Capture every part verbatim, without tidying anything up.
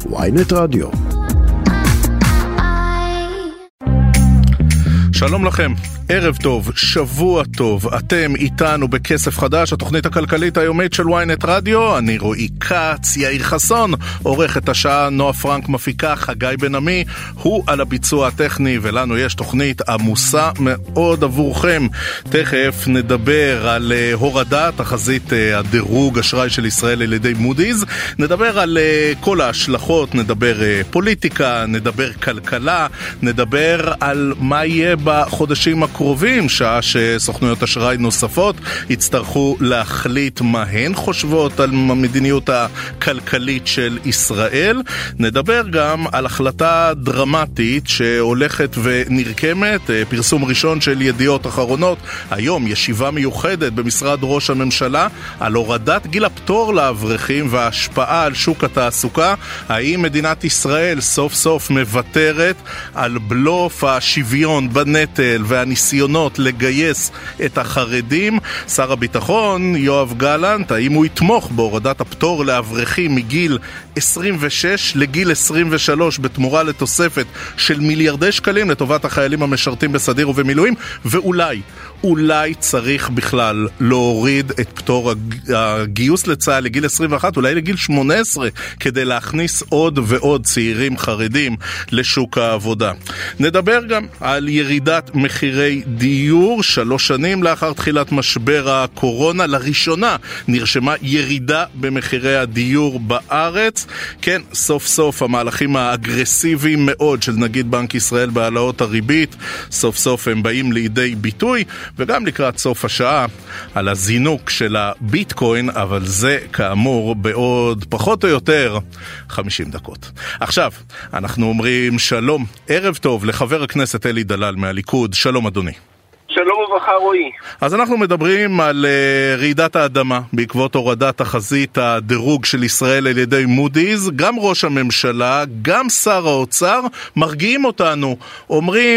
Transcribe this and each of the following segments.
וויינט רדיו. שלום לכם, ערב טוב, שבוע טוב, אתם איתנו בכסף חדש, התוכנית הכלכלית היומית של וויינט רדיו. אני רועי קץ, יאיר חסון עורך את השעה, נועה פרנק מפיקה, חגי בן עמי הוא על הביצוע הטכני, ולנו יש תוכנית עמוסה מאוד עבורכם. תכף נדבר על uh, הורדת תחזית uh, הדירוג אשראי של ישראל על ידי מודי'ס, נדבר על uh, כל ההשלכות, נדבר uh, פוליטיקה, נדבר כלכלה, נדבר על מה יהיה בחודשים הקרובים, שעה שסוכנויות אשראי נוספות יצטרכו להחליט מה הן חושבות על המדיניות הכלכלית של ישראל. נדבר גם על החלטה דרמטית שהולכת ונרקמת, פרסום ראשון של ידיעות אחרונות, היום ישיבה מיוחדת במשרד ראש הממשלה על הורדת גיל הפטור לאברכים וההשפעה על שוק התעסוקה. האם מדינת ישראל סוף סוף מוותרת על בלוף השוויון בנטל והניסיונות לגייס את החרדים? שר הביטחון יואב גלנט, האם הוא יתמוך בהורדת הפטור לאברכים מגיל עשרים ושש לגיל עשרים ושלוש בתמורה לתוספת של מיליארדי שקלים לטובת החיילים המשרתים בסדיר ובמילואים? ואולי אולי צריך בכלל להוריד את פטור הגיוס לצה"ל לגיל עשרים ואחת, אולי לגיל שמונה עשרה, כדי להכניס עוד ועוד צעירים חרדים לשוק העבודה. נדבר גם על ירידת מחירי דיור. שלוש שנים לאחר תחילת משבר הקורונה, לראשונה נרשמה ירידה במחירי הדיור בארץ. כן, סוף סוף המהלכים האגרסיביים מאוד של נגיד בנק ישראל בהעלאות הריבית, סוף סוף הם באים לידי ביטוי, וגם לקראת סוף השעה על הזינוק של הביטקוין, אבל זה כאמור בעוד פחות או יותר חמישים דקות. עכשיו, אנחנו אומרים שלום, ערב טוב לחבר הכנסת אלי דלל מהליכוד. שלום אדוני. שלום וברכה רועי. אז אנחנו מדברים על uh, רעידת האדמה בעקבות הורדת תחזית הדירוג של ישראל על ידי מודי'ס. גם ראש הממשלה, גם שר האוצר מרגיעים אותנו, אומרים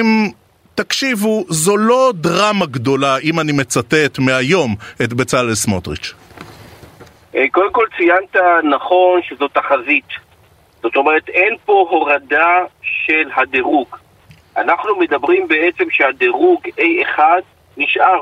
תקשיבו, זו לא דרמה גדולה, אם אני מצטט מהיום את בצלאל סמוטריץ'. קודם כל ציינת נכון שזו תחזית. זאת אומרת, אין פה הורדה של הדירוג. אנחנו מדברים בעצם שהדירוג איי אחת נשאר.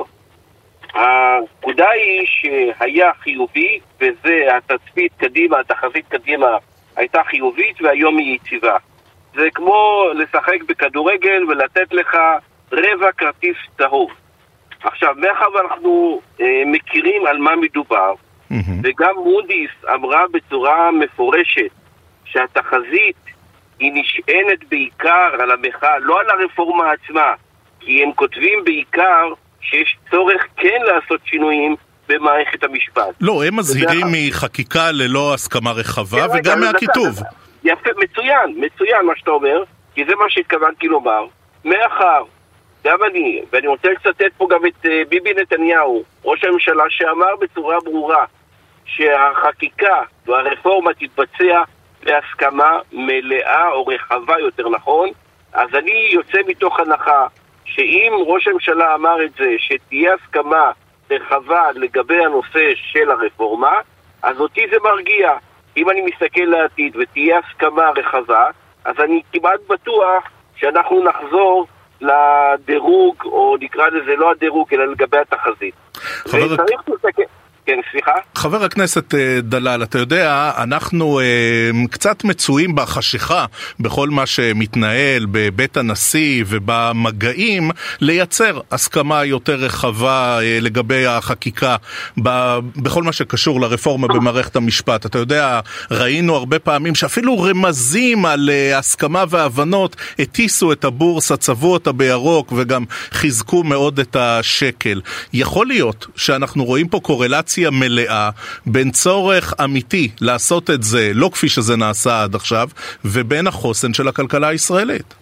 הנקודה היא שהיה חיובי, וזה התצפית קדימה, התחזית קדימה הייתה חיובית, והיום היא יציבה. זה כמו לשחק בכדורגל ולתת לך רבע כרטיס צהוב. עכשיו, מאחר ואנחנו אה, מכירים על מה מדובר, mm-hmm. וגם מודי'ס אמרה בצורה מפורשת שהתחזית היא נשענת בעיקר על המחאה, לא על הרפורמה עצמה, כי הם כותבים בעיקר שיש צורך כן לעשות שינויים במערכת המשפט. לא, הם מזהירים מחקיקה ללא הסכמה רחבה, כן, וגם מהכיתוב. יפה, מצוין, מצוין מה שאתה אומר, כי זה מה שהתכוונתי לומר. מאחר, גם אני, ואני רוצה לצטט פה גם את uh, ביבי נתניהו, ראש הממשלה, שאמר בצורה ברורה שהחקיקה והרפורמה תתבצע בהסכמה מלאה או רחבה יותר נכון. אז אני יוצא מתוך הנחה שאם ראש הממשלה אמר את זה, שתהיה הסכמה רחבה לגבי הנושא של הרפורמה, אז אותי זה מרגיע. אם אני מסתכל לעתיד ותהיה הסכמה רחבה, אז אני כמעט בטוח שאנחנו נחזור לדירוג, או נקרא לזה לא הדירוג, אלא לגבי התחזית. חבר... וצריך לסתכל... כן, סליחה. חבר הכנסת דלל, אתה יודע, אנחנו אה, קצת מצויים בחשיכה בכל מה שמתנהל בבית הנשיא ובמגעים לייצר הסכמה יותר רחבה אה, לגבי החקיקה ב, בכל מה שקשור לרפורמה במערכת המשפט. אתה יודע, ראינו הרבה פעמים שאפילו רמזים על אה, הסכמה והבנות הטיסו את הבורסה, צבעו אותה בירוק וגם חיזקו מאוד את השקל. יכול להיות שאנחנו רואים פה קורלציה מלאה בין צורך אמיתי לעשות את זה, לא כפי שזה נעשה עד עכשיו, ובין החוסן של הכלכלה הישראלית.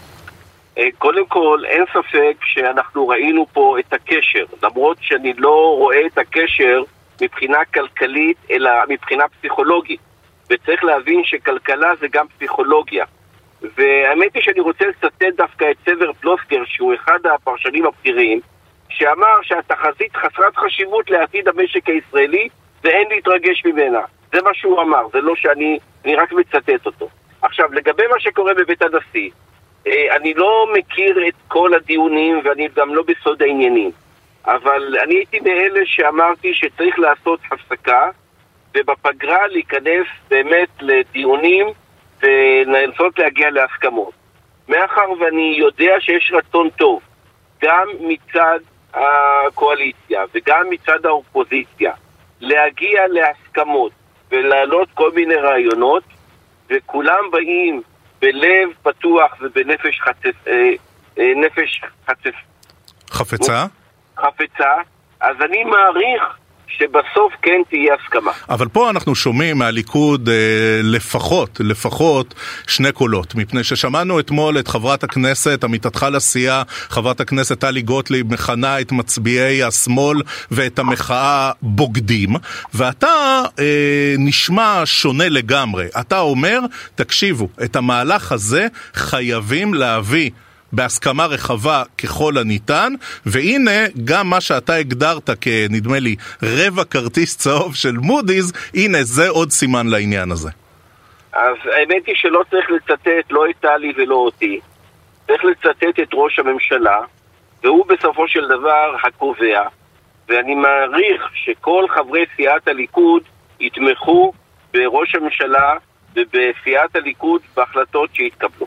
קודם כל, אין ספק שאנחנו ראינו פה את הקשר, למרות שאני לא רואה את הקשר מבחינה כלכלית, אלא מבחינה פסיכולוגית. וצריך להבין שכלכלה זה גם פסיכולוגיה. והאמת היא שאני רוצה לצטט דווקא את סבר פלוסקר, שהוא אחד הפרשנים הבכירים, שאמר שהתחזית חסרת חשיבות לעתיד המשק הישראלי ואין להתרגש ממנה. זה מה שהוא אמר, זה לא שאני אני רק מצטט אותו. עכשיו, לגבי מה שקורה בבית הנשיא, אני לא מכיר את כל הדיונים ואני גם לא בסוד העניינים, אבל אני הייתי מאלה שאמרתי שצריך לעשות הפסקה ובפגרה להיכנס באמת לדיונים ולנסות להגיע להסכמות. מאחר ואני יודע שיש רצון טוב גם מצד הקואליציה וגם מצד האופוזיציה להגיע להסכמות ולהעלות כל מיני רעיונות, וכולם באים בלב פתוח ובנפש חצף, אה, אה, נפש חצף, חפצה? חפצה, אז אני מעריך שבסוף כן תהיה הסכמה. אבל פה אנחנו שומעים מהליכוד אה, לפחות, לפחות שני קולות, מפני ששמענו אתמול את חברת הכנסת, עמיתתך לסיעה, חברת הכנסת טלי גוטליב, מכנה את מצביעי השמאל ואת המחאה בוגדים, ואתה אה, נשמע שונה לגמרי. אתה אומר, תקשיבו, את המהלך הזה חייבים להביא בהסכמה רחבה ככל הניתן, והנה גם מה שאתה הגדרת כנדמה לי רבע כרטיס צהוב של מודי'ס, הנה זה עוד סימן לעניין הזה. אז האמת היא שלא צריך לצטט לא את טלי ולא אותי, צריך לצטט את ראש הממשלה, והוא בסופו של דבר הקובע, ואני מעריך שכל חברי סיעת הליכוד יתמכו בראש הממשלה ובסיעת הליכוד בהחלטות שהתקבלו.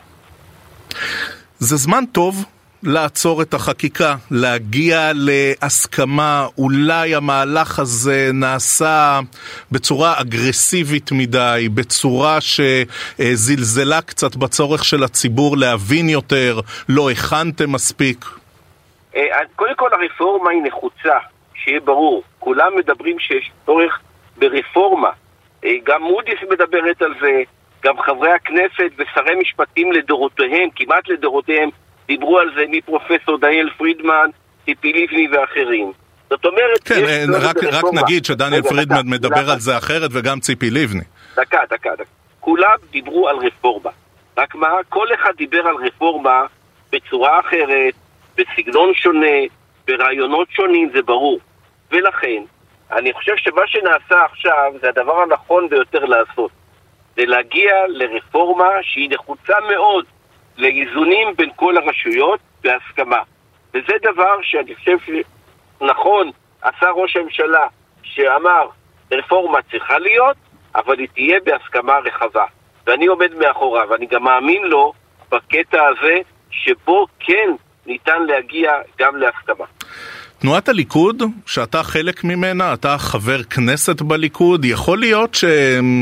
זה זמן טוב לעצור את החקיקה, להגיע להסכמה. אולי המהלך הזה נעשה בצורה אגרסיבית מדי, בצורה שזלזלה קצת בצורך של הציבור להבין יותר, לא הכנתם מספיק. קודם כל הרפורמה היא נחוצה, שיהיה ברור. כולם מדברים שיש צורך ברפורמה. גם מודי'ס מדברת על זה, גם חברי הכנסת ושרי משפטים לדורותיהם, כמעט לדורותיהם, דיברו על זה מפרופסור דניאל פרידמן, ציפי לבני ואחרים. זאת אומרת... כן, רק, רק נגיד שדניאל פרידמן דקה, מדבר דקה. על זה אחרת וגם ציפי לבני. דקה, דקה, דקה. כולם דיברו על רפורמה. רק מה, כל אחד דיבר על רפורמה בצורה אחרת, בסגנון שונה, ברעיונות שונים, זה ברור. ולכן, אני חושב שמה שנעשה עכשיו זה הדבר הנכון ביותר לעשות. זה להגיע לרפורמה שהיא נחוצה מאוד לאיזונים בין כל הרשויות בהסכמה. וזה דבר שאני חושב שנכון עשה ראש הממשלה שאמר רפורמה צריכה להיות, אבל היא תהיה בהסכמה רחבה. ואני עומד מאחוריו, ואני גם מאמין לו בקטע הזה שבו כן ניתן להגיע גם להסכמה. תנועת הליכוד, שאתה חלק ממנה, אתה חבר כנסת בליכוד, יכול להיות ש...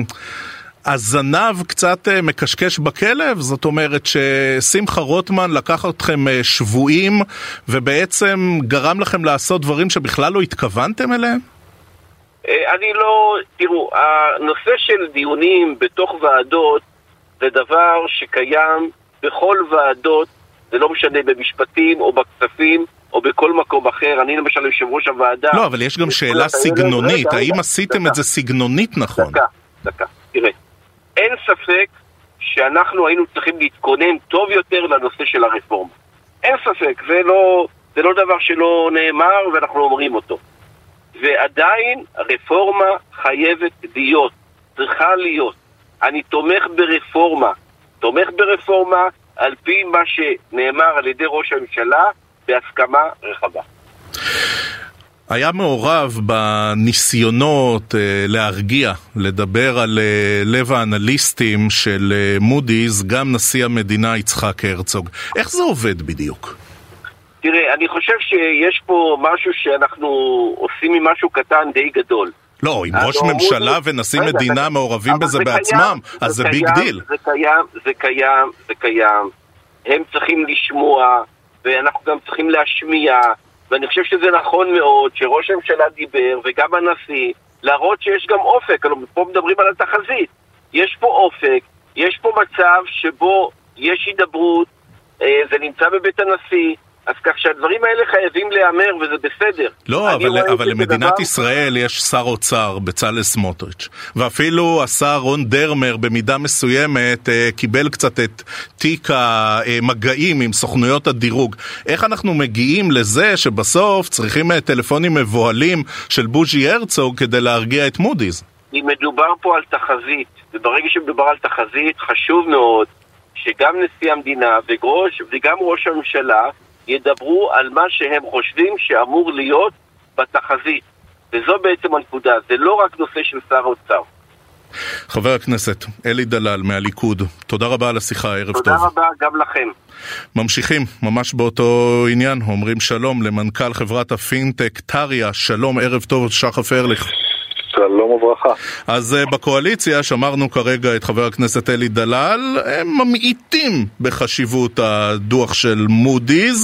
הזנב קצת מקשקש בכלב, זאת אומרת ששמחה רוטמן לקח אתכם שבועים ובעצם גרם לכם לעשות דברים שבכלל לא התכוונתם אליהם? אני לא, תראו, הנושא של דיונים בתוך ועדות זה דבר שקיים בכל ועדות, זה לא משנה במשפטים או בכספים או בכל מקום אחר. אני למשל יושב ראש הוועדה. לא, אבל יש גם שאלה סגנונית, האם עשיתם את זה סגנונית נכון? דקה, דקה, תראה. אין ספק שאנחנו היינו צריכים להתכונן טוב יותר לנושא של הרפורמה. אין ספק, זה לא, זה לא דבר שלא נאמר ואנחנו אומרים אותו. ועדיין הרפורמה חייבת להיות, צריכה להיות. אני תומך ברפורמה, תומך ברפורמה על פי מה שנאמר על ידי ראש הממשלה בהסכמה רחבה. היה מעורב בניסיונות אה, להרגיע, לדבר על אה, לב האנליסטים של אה, מודי'ס, גם נשיא המדינה יצחק הרצוג. איך זה עובד בדיוק? תראה, אני חושב שיש פה משהו שאנחנו עושים ממשהו קטן די גדול. לא, אם ראש ממשלה ונשיא מדינה מעורבים בזה בעצמם, אז זה ביג דיל. זה קיים, זה קיים, זה קיים. הם צריכים לשמוע, ואנחנו גם צריכים להשמיע, ואני חושב שזה נכון מאוד שראש הממשלה דיבר וגם הנשיא להראות שיש גם אופק. פה מדברים על התחזית, יש פה אופק, יש פה מצב שבו יש הידברות, זה נמצא בבית הנשיא, אז כך שהדברים האלה חייבים להיאמר וזה בסדר. לא, אבל, אבל למדינת דבר... ישראל יש שר אוצר בצלאל סמוטריץ', ואפילו השר רון דרמר במידה מסוימת אה, קיבל קצת את תיק המגעים עם סוכנויות הדירוג. איך אנחנו מגיעים לזה שבסוף צריכים טלפונים מבוהלים של בוז'י הרצוג כדי להרגיע את מודי'ס? אם מדובר פה על תחזית, וברגע שמדובר על תחזית, חשוב מאוד שגם נשיא המדינה וראש, וגם ראש הממשלה ידברו על מה שהם חושבים שאמור להיות בתחזית. וזו בעצם הנקודה, זה לא רק נושא של שר האוצר. חבר הכנסת אלי דלל מהליכוד, תודה רבה על השיחה, ערב תודה טוב. תודה רבה גם לכם. ממשיכים, ממש באותו עניין, אומרים שלום למנכ"ל חברת הפינטק טריה, שלום, ערב טוב, שחף ארליך. שלום וברכה. אז uh, בקואליציה שמרנו כרגע את חבר הכנסת אלי דלל, הם ממעיטים בחשיבות הדוח של מודי'ס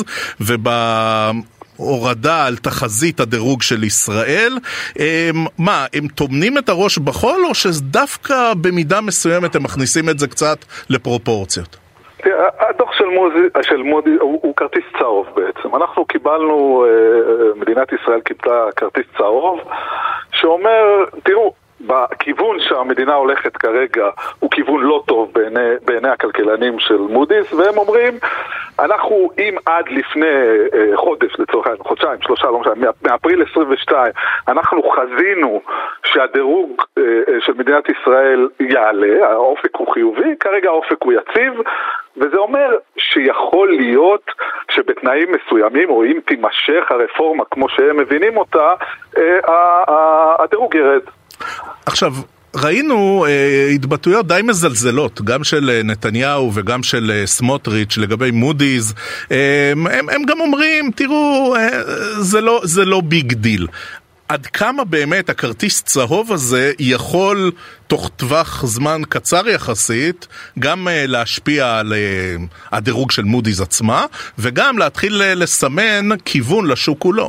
ובהורדה על תחזית הדירוג של ישראל. הם, מה, הם תומנים את הראש בחול או שדווקא במידה מסוימת הם מכניסים את זה קצת לפרופורציות? הדוח של מודי, של מודי הוא, הוא כרטיס צהוב בעצם. אנחנו קיבלנו, מדינת ישראל קיבלה כרטיס צהוב שאומר, תראו, בכיוון שהמדינה הולכת כרגע הוא כיוון לא טוב בעיני, בעיני הכלכלנים של מודי'ס, והם אומרים, אנחנו אם עד לפני אה, חודש, לצורך העניין, חודשיים, שלושה, לא משנה, מאפריל עשרים ושתיים, אנחנו חזינו שהדירוג אה, של מדינת ישראל יעלה, האופק הוא חיובי, כרגע האופק הוא יציב, וזה אומר שיכול להיות שבתנאים מסוימים, או אם תימשך הרפורמה כמו שהם מבינים אותה, אה, אה, הדירוג ירד. עכשיו, ראינו אה, התבטאויות די מזלזלות, גם של נתניהו וגם של אה, סמוטריץ' לגבי מודי'ס. אה, הם, הם גם אומרים, תראו, אה, זה לא, זה לא ביג דיל. עד כמה באמת הכרטיס צהוב הזה יכול תוך טווח זמן קצר יחסית גם אה, להשפיע על אה, הדירוג של מודי'ס עצמה, וגם להתחיל אה, לסמן כיוון לשוק כולו?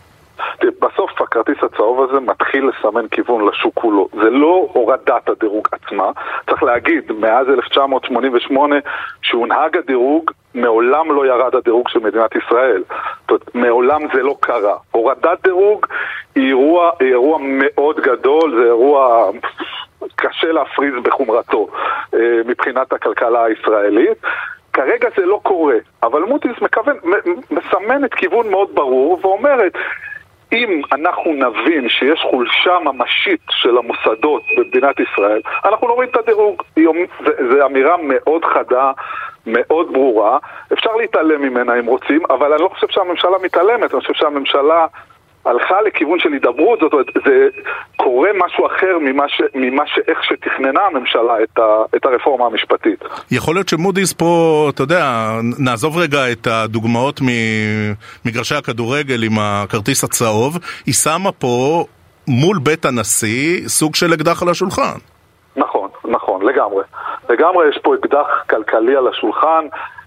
בסוף הכרטיס הצהוב הזה מתחיל לסמן כיוון לשוק כולו. זה לא הורדת הדירוג עצמה. צריך להגיד, מאז אלף תשע מאות שמונים ושמונה שהונהג הדירוג, מעולם לא ירד הדירוג של מדינת ישראל. זאת אומרת, מעולם זה לא קרה. הורדת דירוג היא אירוע, היא אירוע מאוד גדול, זה אירוע קשה להפריז בחומרתו מבחינת הכלכלה הישראלית. כרגע זה לא קורה, אבל מודי'ס מכוון, מסמנת כיוון מאוד ברור ואומרת, אם אנחנו נבין שיש חולשה ממשית של המוסדות במדינת ישראל, אנחנו נוריד את הדירוג. זו אמירה מאוד חדה, מאוד ברורה. אפשר להתעלם ממנה אם רוצים, אבל אני לא חושב שהממשלה מתעלמת. אני חושב שהממשלה הלכה לכיוון של הידברות. זאת אומרת, זה קורה משהו אחר ממה, ש, ממה שאיך שתכננה הממשלה את, ה, את הרפורמה המשפטית. יכול להיות שמודי'ס פה, אתה יודע, נעזוב רגע את הדוגמאות ממגרשי הכדורגל עם הכרטיס הצהוב, היא שמה פה מול בית הנשיא סוג של אקדח על השולחן. נכון, נכון, לגמרי. לגמרי יש פה אקדח כלכלי על השולחן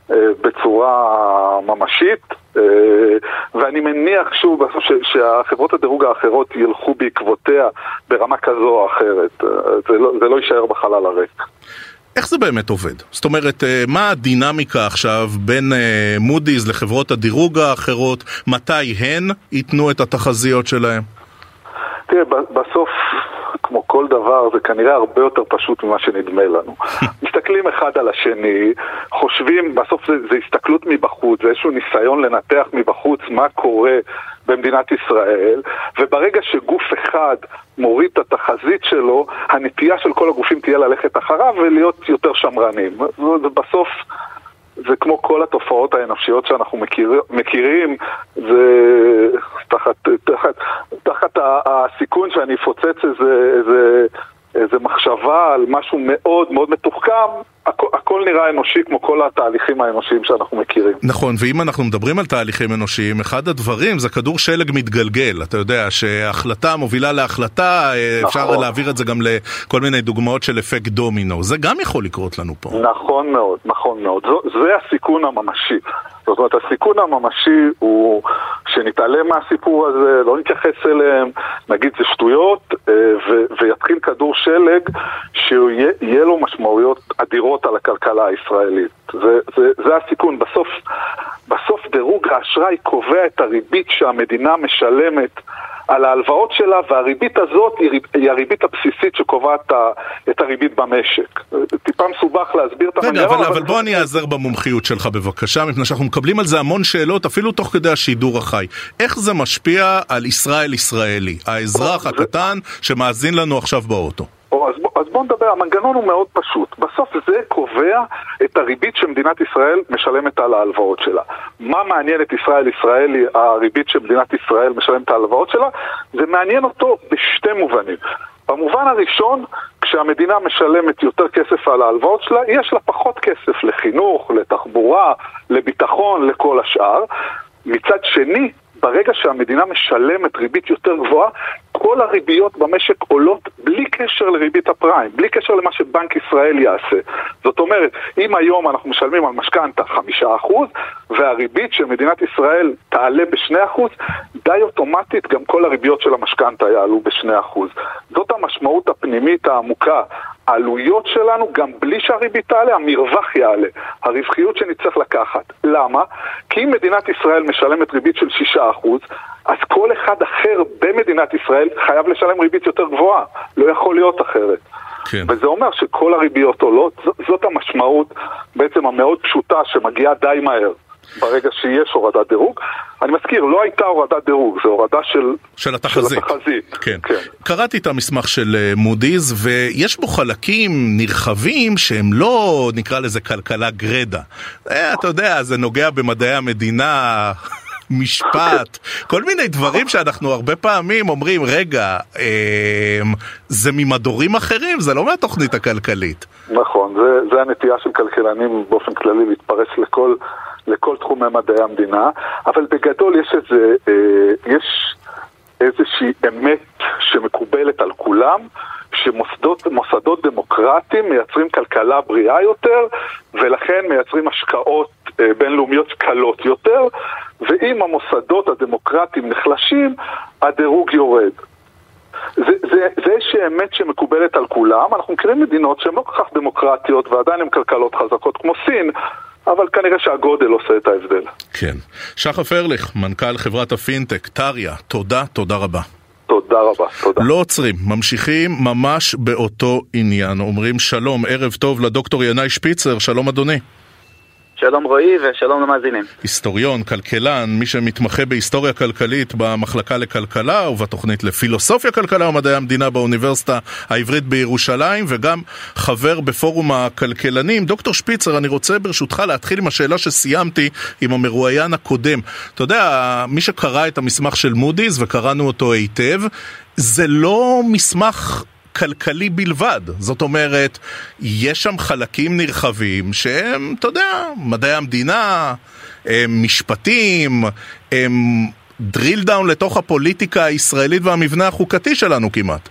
בצורה ממשית, ואני מניח שוב שהחברות הדירוג האחרות ילכו בעקבותיה ברמה כזו או אחרת. זה לא, זה לא יישאר בחלל הריק. איך זה באמת עובד? זאת אומרת, מה הדינמיקה עכשיו בין מודי'ס לחברות הדירוג האחרות? מתי הן ייתנו את התחזיות שלהם? תראה, בסוף, כמו כל דבר, זה כנראה הרבה יותר פשוט ממה שנדמה לנו. מסתכלים אחד על השני, חושבים, בסוף זה, זה הסתכלות מבחוץ, זה איזשהו ניסיון לנתח מבחוץ מה קורה במדינת ישראל, וברגע שגוף אחד מוריד את התחזית שלו, הנטייה של כל הגופים תהיה ללכת אחריו ולהיות יותר שמרנים. ובסוף זה כמו כל התופעות האנושיות שאנחנו מכיר, מכירים, זה תחת, תחת, תחת הסיכון שאני אפוצץ איזה, איזה, איזה מחשבה על משהו מאוד מאוד מתוחכם, הכל, הכל נראה אנושי כמו כל התהליכים האנושיים שאנחנו מכירים. נכון, ואם אנחנו מדברים על תהליכים אנושיים, אחד הדברים זה כדור שלג מתגלגל. אתה יודע שההחלטה מובילה להחלטה, נכון. אפשר להעביר את זה גם לכל מיני דוגמאות של אפקט דומינו. זה גם יכול לקרות לנו פה. נכון מאוד, נכון מאוד. זו, זה הסיכון הממשי. זאת אומרת, הסיכון הממשי הוא שנתעלם מהסיפור הזה, לא נתייחס אליהם, נגיד זה שטויות, ו- ויתחיל כדור שלג שיהיה לו משמעויות אדירות על הכלכלה הישראלית. זה, זה, זה הסיכון. בסוף, בסוף דירוג האשראי האשראי קובע את הריבית שהמדינה משלמת על ההלוואות שלה, והריבית הזאת היא הריבית הבסיסית שקובעת את הריבית במשק. טיפה מסובך להסביר את המנגנון. רגע, אבל, אבל בוא אני אעזר במומחיות שלך בבקשה, מפני שאנחנו מקבלים על זה המון שאלות, אפילו תוך כדי השידור החי. איך זה משפיע על ישראל ישראלי, האזרח הקטן שמאזין לנו עכשיו באוטו? אז בוא, אז בוא נדבר, המנגנון הוא מאוד פשוט. בסוף זה קובע את הריבית שמדינת ישראל משלמת על ההלוואות שלה. מה מעניין את ישראל ישראלי, הריבית שמדינת ישראל משלמת על ההלוואות שלה? זה מעניין אותו בשתי מובנים. במובן הראשון, כשהמדינה משלמת יותר כסף על ההלוואות שלה, יש לה פחות כסף לחינוך, לתחבורה, לביטחון, לכל השאר. מצד שני, ברגע שהמדינה משלמת ריבית יותר גבוהה, כל הריביות במשק עולות בלי קשר לריבית הפריים, בלי קשר למה שבנק ישראל יעשה. זאת אומרת, אם היום אנחנו משלמים על משכנתה חמישה אחוז, והריבית של מדינת ישראל תעלה בשני אחוז, די אוטומטית גם כל הריביות של המשכנתה יעלו בשני אחוז. זאת המשמעות הפנימית העמוקה. העלויות שלנו, גם בלי שהריבית תעלה, המרווח יעלה. הרווחיות שנצטרך לקחת. למה? כי אם מדינת ישראל משלמת ריבית של שישה אחוז, אז כל אחד אחר במדינת ישראל חייב לשלם ריבית יותר גבוהה. לא יכול להיות אחרת. כן. וזה אומר שכל הריביות עולות, זאת המשמעות בעצם המאוד פשוטה שמגיעה די מהר. ברגע שיש הורדת דירוג. אני מזכיר, לא הייתה הורדת דירוג, זה הורדה של, של התחזית. של התחזית. כן. כן. קראתי את המסמך של מודי'ס, ויש בו חלקים נרחבים שהם לא, נקרא לזה כלכלה גרדה. אתה יודע, זה נוגע במדעי המדינה, משפט, כל מיני דברים שאנחנו הרבה פעמים אומרים, רגע, זה ממדורים אחרים, זה לא מהתוכנית הכלכלית. נכון, זה, זה הנטייה של כלכלנים באופן כללי להתפרס לכל לכל תחומי מדעי המדינה, אבל בגדול יש איזה, אה, יש איזושהי אמת שמקובלת על כולם, שמוסדות, מוסדות דמוקרטיים מייצרים כלכלה בריאה יותר, ולכן מייצרים השקעות אה, בינלאומיות קלות יותר, ואם המוסדות הדמוקרטיים נחלשים, הדירוג יורד. זה, זה, זה איזושהי אמת שמקובלת על כולם. אנחנו מכירים מדינות שהן לא כל כך דמוקרטיות, ועדיין הן כלכלות חזקות כמו סין, אבל כנראה שהגודל עושה את ההבדל. כן. שחף ארליך, מנכ"ל חברת הפינטק, טריה, תודה, תודה רבה. תודה רבה, תודה. לא עוצרים, ממשיכים ממש באותו עניין. אומרים שלום, ערב טוב לדוקטור ינאי שפיצר, שלום אדוני. שלום רועי ושלום למאזינים. היסטוריון, כלכלן, מי שמתמחה בהיסטוריה כלכלית במחלקה לכלכלה ובתוכנית לפילוסופיה כלכלה ומדעי המדינה באוניברסיטה העברית בירושלים, וגם חבר בפורום הכלכלנים. דוקטור שפיצר, אני רוצה ברשותך להתחיל עם השאלה שסיימתי עם המרואיין הקודם. אתה יודע, מי שקרא את המסמך של מודי'ס וקראנו אותו היטב, זה לא מסמך כלכלי בלבד. זאת אומרת, יש שם חלקים נרחבים שהם, אתה יודע, מדעי המדינה, הם משפטים, הם דריל דאון לתוך הפוליטיקה הישראלית והמבנה החוקתי שלנו כמעט.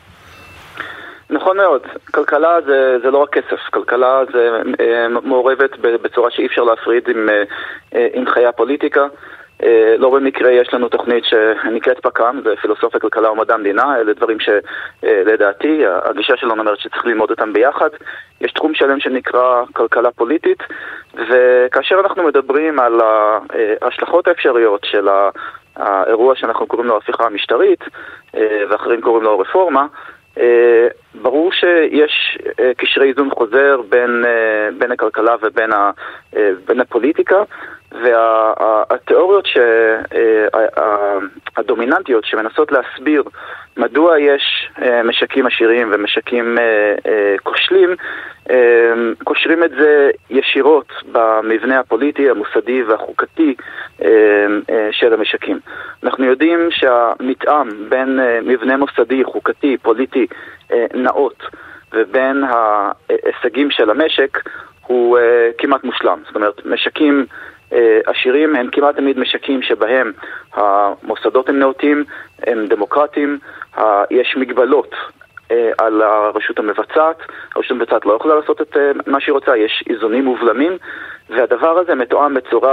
נכון מאוד. כלכלה זה, זה לא רק כסף. כלכלה זה אה, מעורבת בצורה שאי אפשר להפריד עם, אה, עם חיי הפוליטיקה. לא במקרה יש לנו תוכנית שנקראת פק"ם, זה פילוסופיה, כלכלה ומדע המדינה. אלה דברים שלדעתי הגישה שלנו אומרת שצריך ללמוד אותם ביחד. יש תחום שלם שנקרא כלכלה פוליטית, וכאשר אנחנו מדברים על ההשלכות האפשריות של האירוע שאנחנו קוראים לו הפיכה המשטרית, ואחרים קוראים לו רפורמה, ברור שיש קשרי איזון חוזר בין, בין הכלכלה ובין ה, בין הפוליטיקה, והתיאוריות הדומיננטיות שמנסות להסביר מדוע יש משקים עשירים ומשקים כושלים, קושרים את זה ישירות במבנה הפוליטי, המוסדי והחוקתי של המשקים. אנחנו יודעים שהמתאם בין מבנה מוסדי, חוקתי, פוליטי נאות ובין ההישגים של המשק הוא כמעט מושלם. זאת אומרת, משקים עשירים הם כמעט תמיד משקים שבהם המוסדות הם נאותים, הם דמוקרטיים, יש מגבלות על הרשות המבצעת, הרשות המבצעת לא יכולה לעשות את מה שהיא רוצה, יש איזונים ובלמים, והדבר הזה מתואם בצורה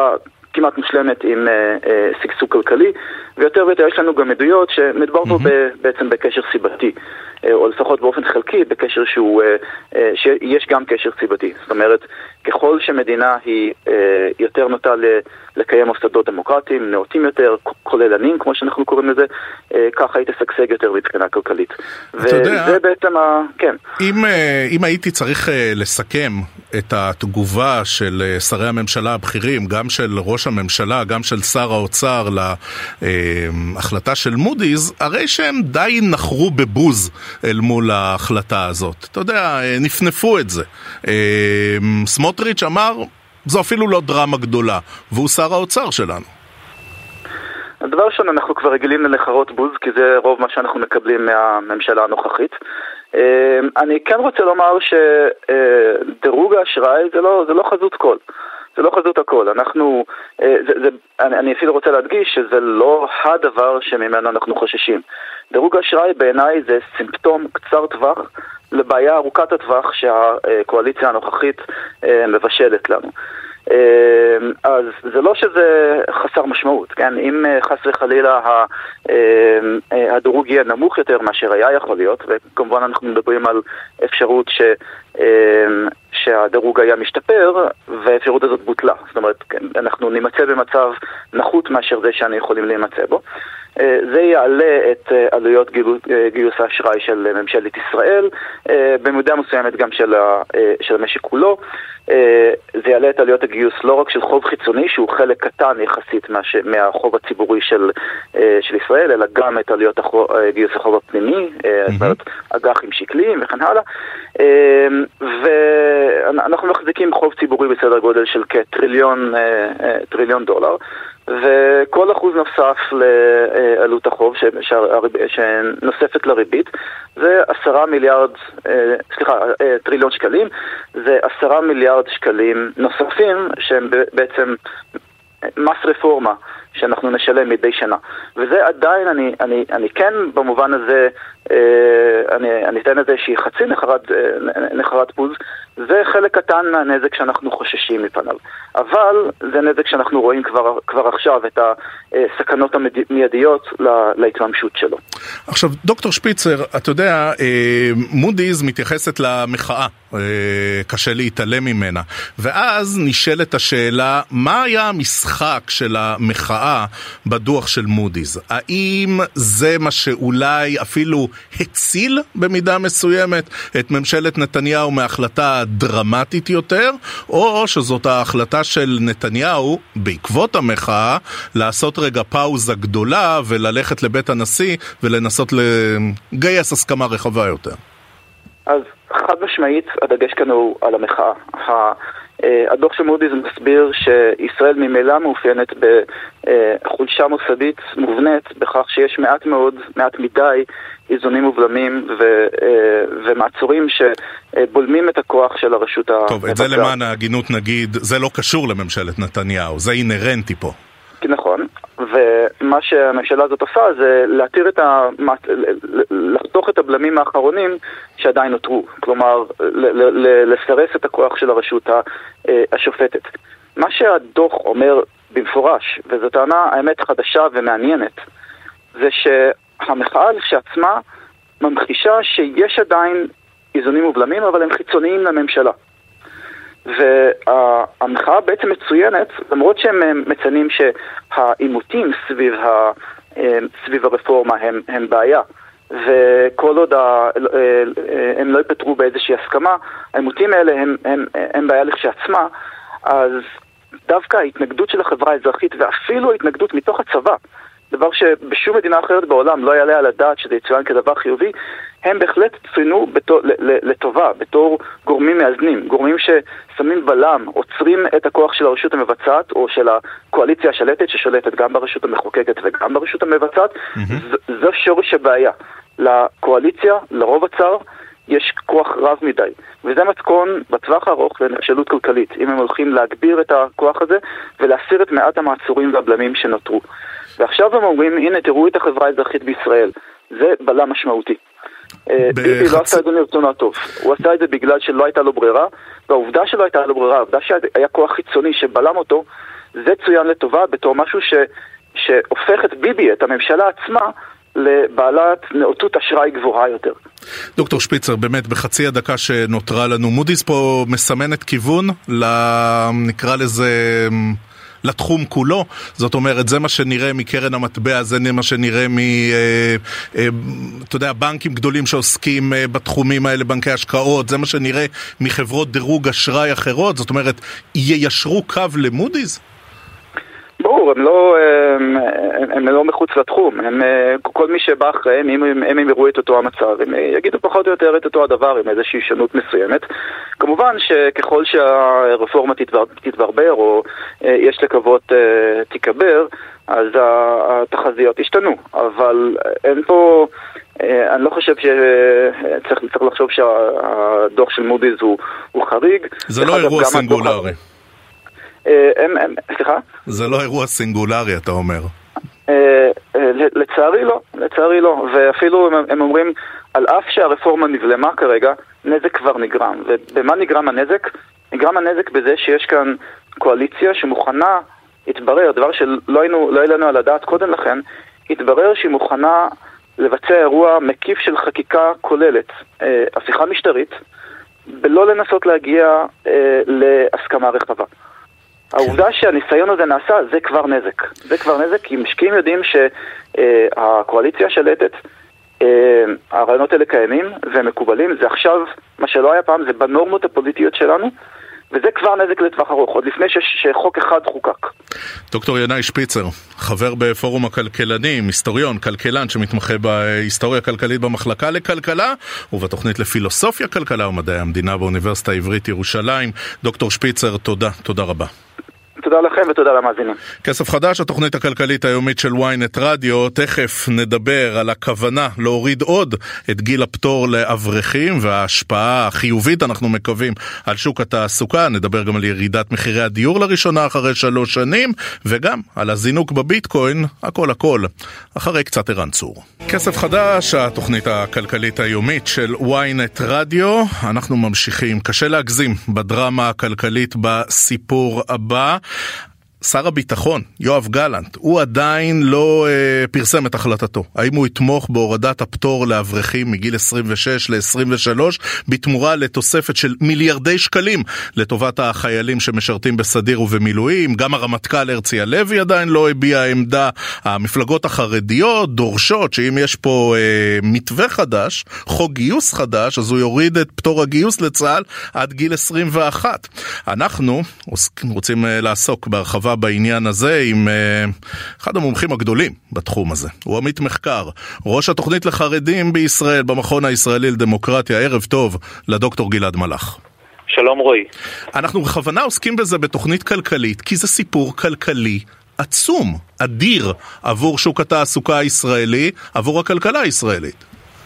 כמעט מושלמת עם סגסוג כלכלי, ויותר ויותר יש לנו גם עדויות שמדבר פה בעצם בקשר סיבתי, או לפחות באופן חלקי בקשר שהוא, שיש גם קשר סיבתי. זאת אומרת, ככל שמדינה היא יותר נוטה לקיים מוסדות דמוקרטיים, נאותים יותר, כוללנים, כמו שאנחנו קוראים לזה, ככה היא תשגשג יותר מבחינה כלכלית. וזה בעצם ה... כן. אם, אם הייתי צריך לסכם את התגובה של שרי הממשלה הבכירים, גם של ראש הממשלה, גם של שר האוצר להחלטה של מודי'ס, הרי שהם די נחרו בבוז אל מול ההחלטה הזאת. אתה יודע, נפנפו את זה. סמוטריץ' אמר, זו אפילו לא דרמה גדולה, והוא שר האוצר שלנו. הדבר ראשון, אנחנו כבר רגילים לנחרות בוז, כי זה רוב מה שאנחנו מקבלים מהממשלה הנוכחית. אני כן רוצה לומר שדירוג האשראי זה לא, זה לא חזות כל. זה לא חזות הכל. אנחנו, זה, זה, אני, אני אפילו רוצה להדגיש שזה לא הדבר שממנו אנחנו חוששים. דירוג האשראי בעיניי זה סימפטום קצר טווח לבעיה ארוכת הטווח שהקואליציה הנוכחית מבשלת לנו. אז זה לא שזה חסר משמעות, כן? אם חס וחלילה הדירוג יהיה נמוך יותר מאשר היה יכול להיות, וכמובן אנחנו מדברים על אפשרות ש... שהדירוג היה משתפר, והאפשרות הזאת בוטלה. זאת אומרת, אנחנו נמצא במצב נחות מאשר זה שאני יכולים להימצא בו. זה יעלה את עלויות גיוס האשראי של ממשלת ישראל, במידה מסוימת גם של, של המשק כולו. זה יעלה את עלויות הגיוס לא רק של חוב חיצוני, שהוא חלק קטן יחסית מה, מהחוב הציבורי של, של ישראל, אלא גם את עלויות החוב, גיוס החוב הפנימי, mm-hmm. זאת אומרת, אג"חים שקליים וכן הלאה. ואנחנו מחזיקים חוב ציבורי בסדר גודל של כטריליון טריליון דולר, וכל אחוז נוסף לעלות החוב שנוספת לריבית זה עשרה מיליארד, סליחה, טריליון שקלים, זה עשרה מיליארד שקלים נוספים שהם בעצם מס רפורמה שאנחנו נשלם מדי שנה. וזה עדיין, אני, אני, אני כן במובן הזה, אני, אני אתן לזה שהיא חצי נחרת, נחרת פוז, זה חלק קטן מהנזק שאנחנו חוששים מפניו. אבל זה נזק שאנחנו רואים כבר, כבר עכשיו את הסכנות המיידיות להתממשות שלו. עכשיו, דוקטור שפיצר, אתה יודע, מודי'ס מתייחסת למחאה, קשה להתעלם ממנה, ואז נשאלת השאלה, מה היה המשחק של המחאה בדוח של מודי'ס? האם זה מה שאולי אפילו הציל במידה מסוימת את ממשלת נתניהו מההחלטה דרמטית יותר, או שזאת ההחלטה של נתניהו בעקבות המחאה לעשות רגע פאוזה גדולה וללכת לבית הנשיא ולנסות לגייס הסכמה רחבה יותר? אז חד משמעית הדגש כאן הוא על המחאה. הדוח של מודי'ס מסביר שישראל ממילא מאופיינת בחולשה מוסדית מובנית בכך שיש מעט מאוד, מעט מדי איזונים ובלמים ו, ומעצורים שבולמים את הכוח של הרשות המבצעת. טוב, את זה למען ההגינות נגיד, זה לא קשור לממשלת נתניהו, זה אינרנטי פה. נכון, ומה שהממשלה הזאת עושה זה להתיר את ה... לחתוך את הבלמים האחרונים שעדיין נותרו, כלומר לסרס את הכוח של הרשות השופטת. מה שהדוח אומר במפורש, וזו טענה האמת חדשה ומעניינת, זה שהמחאה שעצמה ממחישה שיש עדיין איזונים ובלמים, אבל הם חיצוניים לממשלה. והמחאה בעצם מצוינת, למרות שהם מציינים שהעימותים סביב, ה, סביב הרפורמה הם, הם בעיה, וכל עוד ה, הם לא יפתרו באיזושהי הסכמה, העימותים האלה הם, הם, הם בעיה לכשעצמה, אז דווקא ההתנגדות של החברה האזרחית, ואפילו ההתנגדות מתוך הצבא, דבר שבשום מדינה אחרת בעולם לא יעלה על הדעת שזה יצוין כדבר חיובי, הם בהחלט צוינו בתור, לטובה, בתור גורמים מאזנים, גורמים ששמים בלם, עוצרים את הכוח של הרשות המבצעת או של הקואליציה השלטת ששולטת גם ברשות המחוקקת וגם ברשות המבצעת. mm-hmm. זו שורש הבעיה. לקואליציה, לרוב הצר, יש כוח רב מדי, וזה מתכון בטווח הארוך לנכשלות כלכלית, אם הם הולכים להגביר את הכוח הזה ולהסיר את מעט המעצורים והבלמים שנותרו. ועכשיו הם אומרים, הנה תראו את החברה האזרחית בישראל, זה בלם משמעותי. ביבי לא עשה את זה מרצונו הטוב, הוא עשה את זה בגלל שלא הייתה לו ברירה, והעובדה שלא הייתה לו ברירה, העובדה שהיה כוח חיצוני שבלם אותו, זה צוין לטובה בתור משהו ש, שהופך את ביבי, את הממשלה עצמה, לבעלת נאותות אשראי גבוהה יותר. דוקטור שפיצר, באמת בחצי הדקה שנותרה לנו, מודי'ס פה מסמנת כיוון, נקרא לזה לתחום כולו, זאת אומרת, זה מה שנראה מקרן המטבע, זה מה שנראה מ, אתה יודע, בנקים גדולים שעוסקים בתחומים האלה, בנקי השקעות, זה מה שנראה מחברות דירוג אשראי אחרות, זאת אומרת, יישרו קו למודי'ס? ברור, הם לא, הם, הם לא מחוץ לתחום, הם, כל מי שבא אחריהם, אם הם, הם יראו את אותו המצב, הם יגידו פחות או יותר את אותו הדבר עם איזושהי שונות מסוימת. כמובן שככל שהרפורמה תתבר, תתברבר או יש לקוות תיקבר, אז התחזיות ישתנו, אבל אין פה, אני לא חושב שצריך צריך לחשוב שהדוח של מודי'ס הוא, הוא חריג. זה לא אירוע סינגולרי. הם, הם, סליחה? זה לא אירוע סינגולרי, אתה אומר. לצערי לא, לצערי לא, ואפילו הם, הם אומרים, על אף שהרפורמה נבלמה כרגע, נזק כבר נגרם. ובמה נגרם הנזק? נגרם הנזק בזה שיש כאן קואליציה שמוכנה, התברר, דבר שלא היינו, לא היינו על הדעת קודם לכן, התברר שהיא מוכנה לבצע אירוע מקיף של חקיקה כוללת, הפיכה משטרית, בלא לנסות להגיע להסכמה רחבה. העובדה שהניסיון הזה נעשה, זה כבר נזק. זה כבר נזק, כי משקיעים יודעים שהקואליציה שלטת, הרעיונות האלה קיימים ומקובלים, זה עכשיו, מה שלא היה פעם, זה בנורמות הפוליטיות שלנו, וזה כבר נזק לטווח ארוך, עוד לפני שחוק אחד חוקק. דוקטור ינאי שפיצר, חבר בפורום הכלכלנים, היסטוריון, כלכלן שמתמחה בהיסטוריה כלכלית במחלקה לכלכלה, ובתוכנית לפילוסופיה כלכלה ומדעי המדינה באוניברסיטה העברית ירושלים. דוקטור שפיצר, תודה, תודה רבה. תודה לכם ותודה למאזינים. כסף חדש, התוכנית הכלכלית היומית של וויינט רדיו. תכף נדבר על הכוונה להוריד עוד את גיל הפטור לאברכים וההשפעה החיובית, אנחנו מקווים, על שוק התעסוקה. נדבר גם על ירידת מחירי הדיור לראשונה אחרי שלוש שנים, וגם על הזינוק בביטקוין, הכל הכל, אחרי קצת ערן צור. כסף חדש, התוכנית הכלכלית היומית של וויינט רדיו. אנחנו ממשיכים, קשה להגזים בדרמה הכלכלית בסיפור הבא. שר הביטחון, יואב גלנט, הוא עדיין לא אה, פרסם את החלטתו. האם הוא יתמוך בהורדת הפטור לאברכים מגיל עשרים ושש ל-עשרים ושלוש, בתמורה לתוספת של מיליארדי שקלים לטובת החיילים שמשרתים בסדיר ובמילואים. גם הרמטכ"ל הרצי הלוי עדיין לא הביע עמדה. המפלגות החרדיות דורשות שאם יש פה אה, מתווה חדש, חוק גיוס חדש, אז הוא יוריד את פטור הגיוס לצה"ל עד גיל עשרים ואחת. אנחנו רוצים אה, לעסוק בהרחבה בעניין הזה עם uh, אחד המומחים הגדולים בתחום הזה. הוא עמית מחקר, ראש התוכנית לחרדים בישראל במכון הישראלי לדמוקרטיה. ערב טוב לדוקטור גלעד מלאך. שלום רועי. אנחנו בכוונה עוסקים בזה בתוכנית כלכלית, כי זה סיפור כלכלי עצום, אדיר, עבור שוק התעסוקה הישראלי, עבור הכלכלה הישראלית.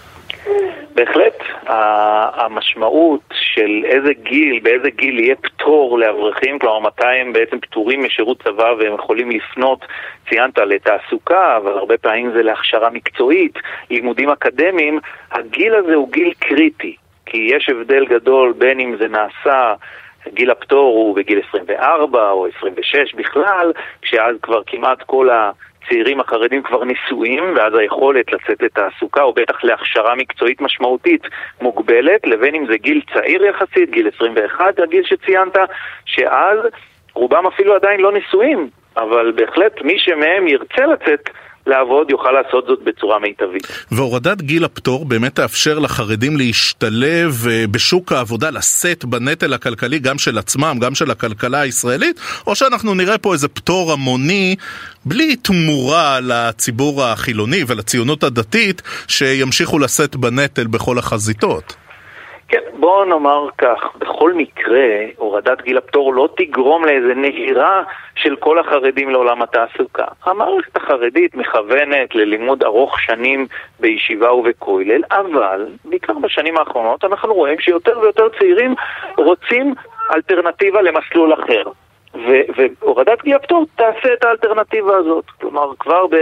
בהחלט, המשמעות של איזה גיל, באיזה גיל יהיה פטור לאברכים, כלומר מתי הם בעצם פטורים משירות צבא והם יכולים לפנות, ציינת, לתעסוקה, אבל הרבה פעמים זה להכשרה מקצועית, לימודים אקדמיים. הגיל הזה הוא גיל קריטי, כי יש הבדל גדול בין אם זה נעשה, גיל הפטור הוא בגיל עשרים וארבע או עשרים ושש בכלל, כשאז כבר כמעט כל ה... צעירים החרדים כבר נישואים, ואז היכולת לצאת לתעסוקה, או בטח להכשרה מקצועית משמעותית מוגבלת, לבין אם זה גיל צעיר יחסית, גיל עשרים ואחת, הגיל שציינת, שאז רובם אפילו עדיין לא נישואים, אבל בהחלט מי שמהם ירצה לצאת לעבוד יוכל לעשות זאת בצורה מיטבית. והורדת גיל הפטור באמת תאפשר לחרדים להשתלב בשוק העבודה, לשאת בנטל הכלכלי גם של עצמם, גם של הכלכלה הישראלית, או שאנחנו נראה פה איזה פטור המוני בלי תמורה לציבור החילוני ולציונות הדתית שימשיכו לשאת בנטל בכל החזיתות? כן, בואו נאמר כך, בכל מקרה, הורדת גיל הפטור לא תגרום לאיזה נהירה של כל החרדים לעולם התעסוקה. המערכת החרדית מכוונת ללימוד ארוך שנים בישיבה ובכולל, אבל בעיקר בשנים האחרונות אנחנו רואים שיותר ויותר צעירים רוצים אלטרנטיבה למסלול אחר. והורדת גיל הפטור תעשה את האלטרנטיבה הזאת. כלומר, כבר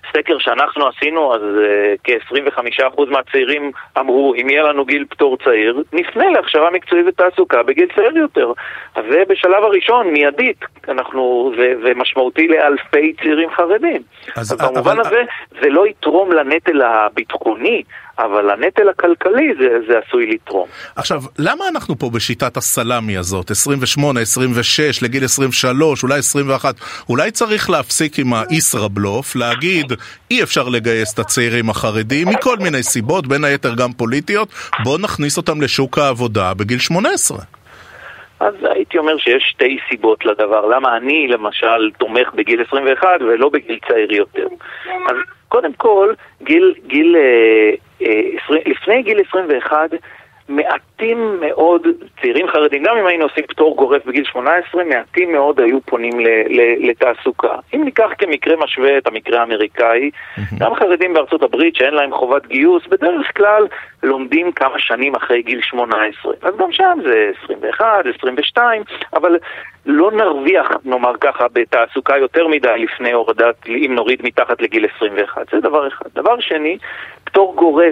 סקר שאנחנו עשינו, אז uh, כ-עשרים וחמישה אחוז מהצעירים אמרו, אם יהיה לנו גיל פטור צעיר, נפנה להכשרה מקצועית ותעסוקה בגיל צעיר יותר. אז זה בשלב הראשון, מיידית, אנחנו, ו- ומשמעותי לאלפי צעירים חרדים. אז, אז במובן אבל... הזה, זה לא יתרום לנטל הביטחוני, אבל הנטל הכלכלי זה, זה עשוי לתרום. עכשיו, למה אנחנו פה בשיטת הסלמי הזאת, עשרים ושמונה, עשרים ושש, לגיל עשרים ושלוש, אולי עשרים ואחת, אולי צריך להפסיק עם הישראבלוף, להגיד, אי אפשר לגייס את הצעירים החרדים, מכל מיני סיבות, בין היתר גם פוליטיות, בואו נכניס אותם לשוק העבודה בגיל שמונה עשרה. אז הייתי אומר שיש שתי סיבות לדבר, למה אני למשל תומך בגיל עשרים ואחת ולא בגיל צעיר יותר. אז קודם כל, גיל, גיל, אה, אה, לפני גיל עשרים ואחת, מעטים מאוד צעירים חרדים, גם אם היינו עושים פטור גורף בגיל שמונה עשרה, מעטים מאוד היו פונים ל, ל, לתעסוקה. אם ניקח כמקרה משווה את המקרה האמריקאי, גם חרדים בארצות הברית שאין להם חובת גיוס, בדרך כלל לומדים כמה שנים אחרי גיל שמונה עשרה. אז גם שם זה עשרים ואחת, עשרים ושתיים, אבל לא נרוויח, נאמר ככה, בתעסוקה יותר מדי לפני הורדת, אם נוריד מתחת לגיל עשרים ואחת. זה דבר אחד. דבר שני, פטור גורף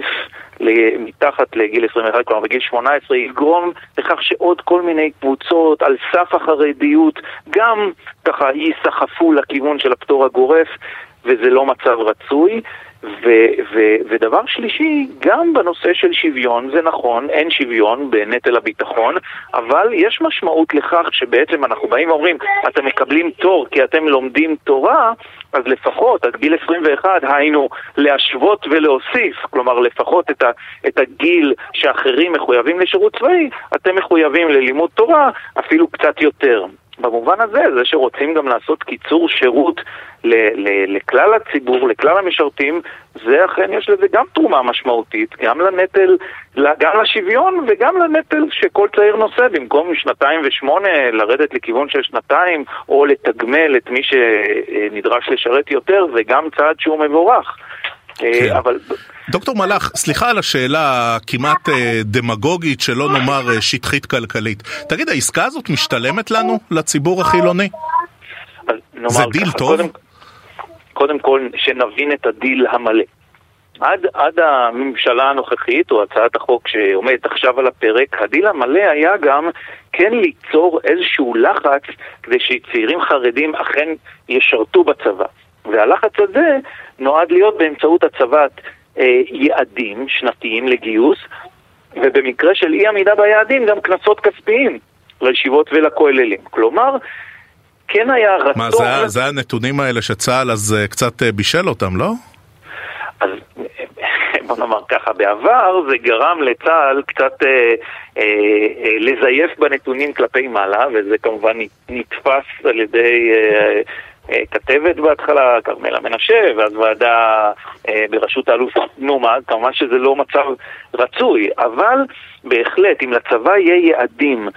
מתחת לגיל עשרים ואחת, כלומר בגיל שמונה עשרה, יגרום לכך שעוד כל מיני קבוצות על סף החרדיות גם ככה ייסחפו לכיוון של הפטור הגורף, וזה לא מצב רצוי. ו- ו- ודבר שלישי, גם בנושא של שוויון, זה נכון, אין שוויון בנטל הביטחון, אבל יש משמעות לכך שבעצם אנחנו באים ואומרים, אתם מקבלים תור כי אתם לומדים תורה, אז לפחות עד גיל עשרים ואחת היינו להשוות ולהוסיף, כלומר לפחות את, ה- את הגיל שאחרים מחויבים לשירות צבאי, אתם מחויבים ללימוד תורה אפילו קצת יותר. במובן הזה, זה שרוצים גם לעשות קיצור שירות ל- ל- לכלל הציבור, לכלל המשרתים, זה אכן יש לזה גם תרומה משמעותית, גם לנטל, גם לשוויון וגם לנטל שכל צעיר נושא, במקום שנתיים ושמונה לרדת לכיוון של שנתיים, או לתגמל את מי שנדרש לשרת יותר, זה גם צעד שהוא מבורך. כן. אבל... דוקטור מלאך, סליחה על השאלה כמעט דמגוגית, שלא נאמר שטחית כלכלית. תגיד, העסקה הזאת משתלמת לנו, לציבור החילוני? זה דיל ככה, טוב? קודם, קודם כל, שנבין את הדיל המלא. עד, עד הממשלה הנוכחית, או הצעת החוק שעומדת עכשיו על הפרק, הדיל המלא היה גם כן ליצור איזשהו לחץ, כדי שצעירים חרדים אכן ישרתו בצבא. והלחץ הזה נועד להיות באמצעות הצבת אה, יעדים שנתיים לגיוס, ובמקרה של אי עמידה ביעדים גם כנסות כספיים לישיבות ולכוללים. כלומר, כן היה רצון... מה, זה, זה הנתונים האלה שצה"ל אז uh, קצת uh, בישל אותם, לא? אז בוא נאמר ככה, בעבר זה גרם לצה"ל קצת אה, אה, אה, לזייף בנתונים כלפי מעלה, וזה כמובן נתפס על ידי... אה, כתבת בהתחלה, קרמלה מנשה, ואז ועדה אה, בראשות האלוף נומה, כמובן שזה לא מצב רצוי, אבל בהחלט, אם לצבא יהיה יעדים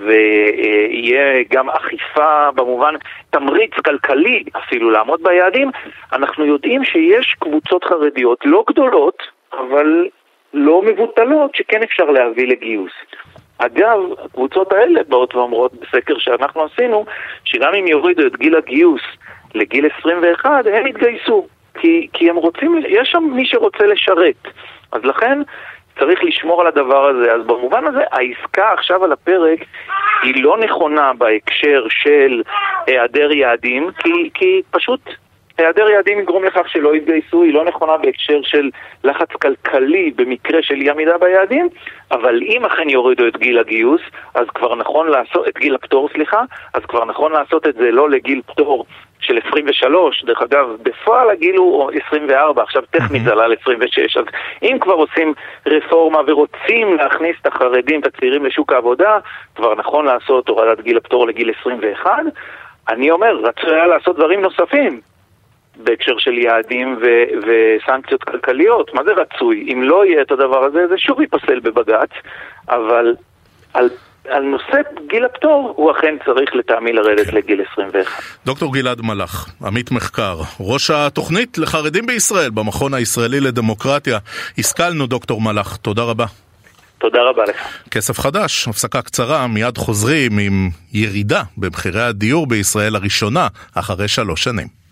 ויהיה גם אכיפה במובן תמריץ כלכלי אפילו לעמוד ביעדים, אנחנו יודעים שיש קבוצות חרדיות לא גדולות, אבל לא מבוטלות, שכן אפשר להביא לגיוס. אגב, הקבוצות האלה באות ואומרות בסקר שאנחנו עשינו, שגם אם יורידו את גיל הגיוס לגיל עשרים ואחת, הם יתגייסו, כי, כי הם רוצים, יש שם מי שרוצה לשרת. אז לכן צריך לשמור על הדבר הזה. אז במובן הזה, העסקה עכשיו על הפרק היא לא נכונה בהקשר של היעדר יעדים, כי, כי פשוט... היעדר יעדים יגרום לכך שלא יתגייסו, היא לא נכונה בהקשר של לחץ כלכלי במקרה של אי עמידה ביעדים, אבל אם אכן יורידו את גיל הגיוס, אז כבר נכון לעשות, את גיל הפטור, סליחה, אז כבר נכון לעשות את זה לא לגיל פטור של עשרים ושלוש, דרך אגב, בפועל הגיל הוא עשרים וארבע, עכשיו טכנית עלה ל-עשרים ושש, אז אם כבר עושים רפורמה ורוצים להכניס את החרדים, את הצעירים לשוק העבודה, כבר נכון לעשות הורדת גיל הפטור לגיל עשרים ואחת, אני אומר, רצוי היה לעשות דברים נוספים, בהקשר של יעדים ו- וסנקציות כלכליות. מה זה רצוי? אם לא יהיה את הדבר הזה, זה שוב ייפסל בבג"ץ, אבל על, על נושא גיל הפטור, הוא אכן צריך לטעמי לרדת okay. לגיל עשרים ואחת. דוקטור גלעד מלאך, עמית מחקר, ראש התוכנית לחרדים בישראל, במכון הישראלי לדמוקרטיה. השכלנו, דוקטור מלאך. תודה רבה. תודה רבה לך. כסף חדש, הפסקה קצרה, מיד חוזרים עם ירידה במחירי הדיור בישראל הראשונה, אחרי שלוש שנים.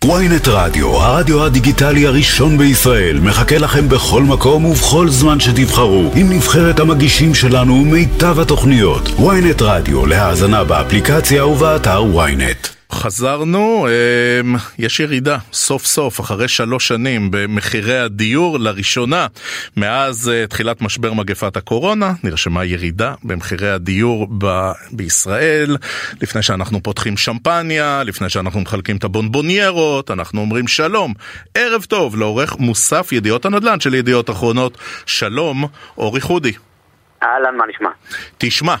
וויינט רדיו, הרדיו הדיגיטלי הראשון בישראל, מחכה לכם בכל מקום ובכל זמן שתבחרו, עם נבחרת המגישים שלנו ומיטב התוכניות. וויינט רדיו, להאזנה באפליקציה ובאתר וויינט. חזרנו, יש ירידה סוף סוף אחרי שלוש שנים במחירי הדיור לראשונה מאז תחילת משבר מגפת הקורונה. נרשמה ירידה במחירי הדיור ב- בישראל. לפני שאנחנו פותחים שמפניה, לפני שאנחנו מחלקים את הבונבוניירות, אנחנו אומרים שלום, ערב טוב לעורך מוסף ידיעות הנדל"ן של ידיעות אחרונות. שלום אורי חודי. אהלן, מה נשמע? תשמע,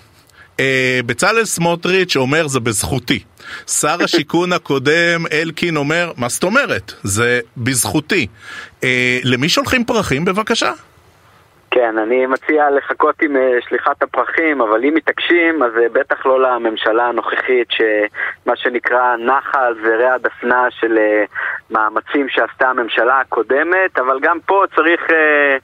בצלאל סמוטריץ' אומר זה בזכותי. שר השיכון הקודם אלקין אומר מה זאת אומרת? זה בזכותי. למי שולחים פרחים בבקשה? כן, אני מציע לחכות עם שליחת הפרחים, אבל אם מתעקשים, אז בטח לא לממשלה הנוכחית, שמה שנקרא נחה על זרי הדפנה של מאמצים שעשתה הממשלה הקודמת, אבל גם פה צריך אה,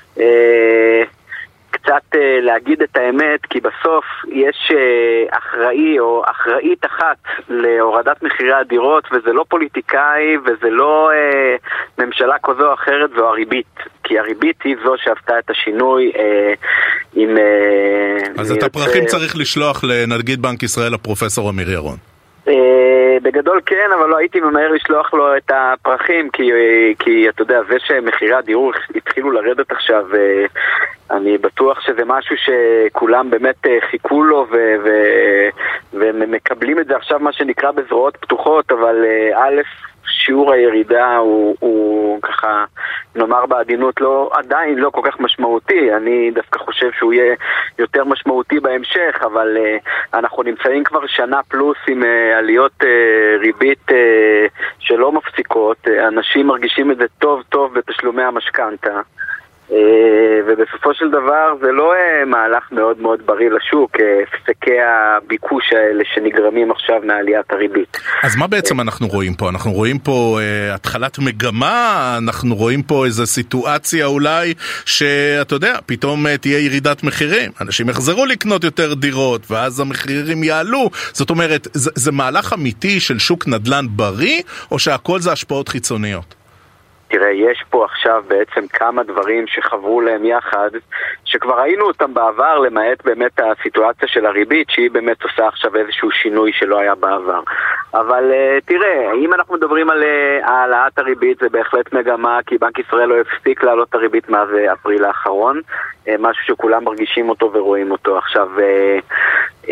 אה, קצת אה, להגיד את האמת, כי בסוף יש אה, אחראי או אחראית אחת להורדת מחירי הדירות, וזה לא פוליטיקאי וזה לא אה, ממשלה כזו או אחרת, זו הריבית. כי הריבית היא זו שעשתה את השינוי אה, עם... אה, אז את הפרחים צריך לשלוח לנגיד בנק ישראל, הפרופסור אמיר ירון. אה, בגדול כן, אבל לא הייתי ממהר לשלוח לו את הפרחים, כי, כי אתה יודע, זה שמחירי הדיור התחילו לרדת עכשיו, אה, אני בטוח שזה משהו שכולם באמת חיכו לו ו- ו- ומקבלים את זה עכשיו מה שנקרא בזרועות פתוחות, אבל א', שיעור הירידה הוא, הוא ככה, נאמר בעדינות, לא, עדיין לא כל כך משמעותי. אני דווקא חושב שהוא יהיה יותר משמעותי בהמשך, אבל uh, אנחנו נמצאים כבר שנה פלוס עם uh, עליות uh, ריבית uh, שלא מפסיקות. Uh, אנשים מרגישים את זה טוב טוב בתשלומי המשכנתה. Uh, ובסופו של דבר זה לא uh, מהלך מאוד מאוד בריא לשוק, הפסקי הביקוש האלה שנגרמים עכשיו מעליית הריבית. אז מה בעצם אנחנו רואים פה? אנחנו רואים פה uh, התחלת מגמה, אנחנו רואים פה איזו סיטואציה אולי שאתה יודע, פתאום uh, תהיה ירידת מחירים, אנשים יחזרו לקנות יותר דירות ואז המחירים יעלו. זאת אומרת, זה, זה מהלך אמיתי של שוק נדל"ן בריא, או שהכל זה השפעות חיצוניות? תראה, יש פה עכשיו בעצם כמה דברים שחברו להם יחד, שכבר ראינו אותם בעבר, למעט באמת הסיטואציה של הריבית, שהיא באמת עושה עכשיו איזשהו שינוי שלא היה בעבר. אבל uh, תראה, אם אנחנו מדברים על uh, העלאת הריבית, זה בהחלט מגמה, כי בנק ישראל לא הפסיק לעלות את הריבית מאז אפריל האחרון, uh, משהו שכולם מרגישים אותו ורואים אותו. עכשיו, uh, uh,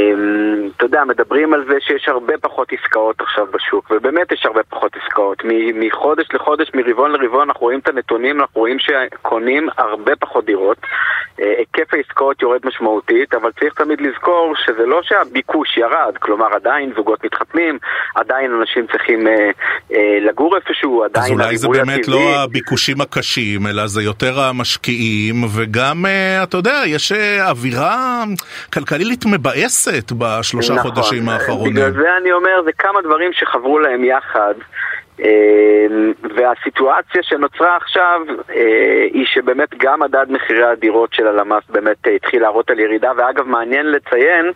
אתה יודע, מדברים על זה שיש הרבה פחות עסקאות עכשיו בשוק, ובאמת יש הרבה פחות עסקאות. מחודש לחודש, מרבעון לרבעון, אנחנו רואים את הנתונים, אנחנו רואים שקונים הרבה פחות דירות. היקף העסקאות יורד משמעותית, אבל צריך תמיד לזכור שזה לא שהביקוש ירד, כלומר עדיין זוגות מתחתנים, עדיין אנשים צריכים אה, אה, לגור איפשהו, עדיין... אז אולי זה באמת לא הביקושים הקשים, אלא זה יותר המשקיעים, וגם, אה, אתה יודע, יש אה, אווירה כלכלית מבאסת בשלושה נכון, חודשים האחרונים. בגלל זה אני אומר, זה כמה דברים שחברו להם יחד, והסיטואציה שנוצרה עכשיו היא שבאמת גם מדד מחירי הדירות של הלמ"ס באמת התחיל להראות על ירידה, ואגב מעניין לציין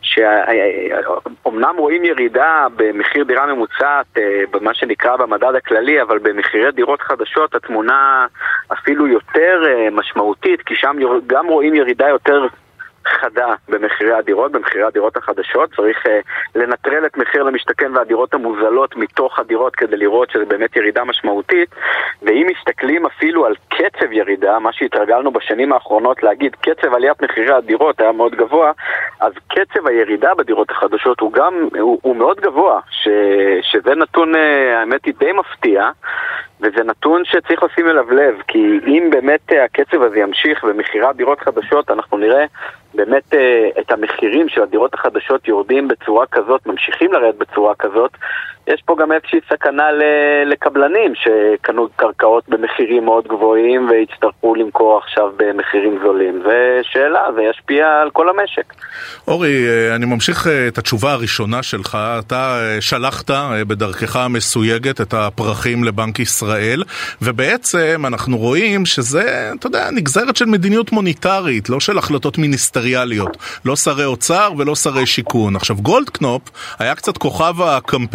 שאומנם רואים ירידה במחיר דירה ממוצעת במה שנקרא במדד הכללי, אבל במחירי דירות חדשות התמונה אפילו יותר משמעותית, כי שם גם רואים ירידה יותר חדה במחירי הדירות, במחירי הדירות החדשות. צריך uh, לנטרל את מחיר למשתכן והדירות המוזלות מתוך הדירות כדי לראות שזה באמת ירידה משמעותית. ואם מסתכלים אפילו על קצב ירידה, מה שהתרגלנו בשנים האחרונות להגיד, קצב עליית מחירי הדירות היה מאוד גבוה, אז קצב הירידה בדירות החדשות הוא גם, הוא, הוא מאוד גבוה, ש, שזה נתון, uh, האמת היא די מפתיע, וזה נתון שצריך לשים אליו לב, כי אם באמת הקצב הזה ימשיך במחירי הדירות חדשות, אנחנו נראה באמת את המחירים של הדירות החדשות יורדים בצורה כזאת, ממשיכים לרדת בצורה כזאת. יש פה גם איזושהי סכנה לקבלנים שקנו קרקעות במחירים מאוד גבוהים והצטרכו למכור עכשיו במחירים זולים. ושאלה, זה ישפיע על כל המשק. אורי, אני ממשיך את התשובה הראשונה שלך. אתה שלחת בדרכך המסויגת את הפרחים לבנק ישראל, ובעצם אנחנו רואים שזה, אתה יודע, נגזרת של מדיניות מוניטרית, לא של החלטות מיניסטריאליות. לא שרי אוצר ולא שרי שיכון. עכשיו, גולדקנופ היה קצת כוכב הקמפיין, אבל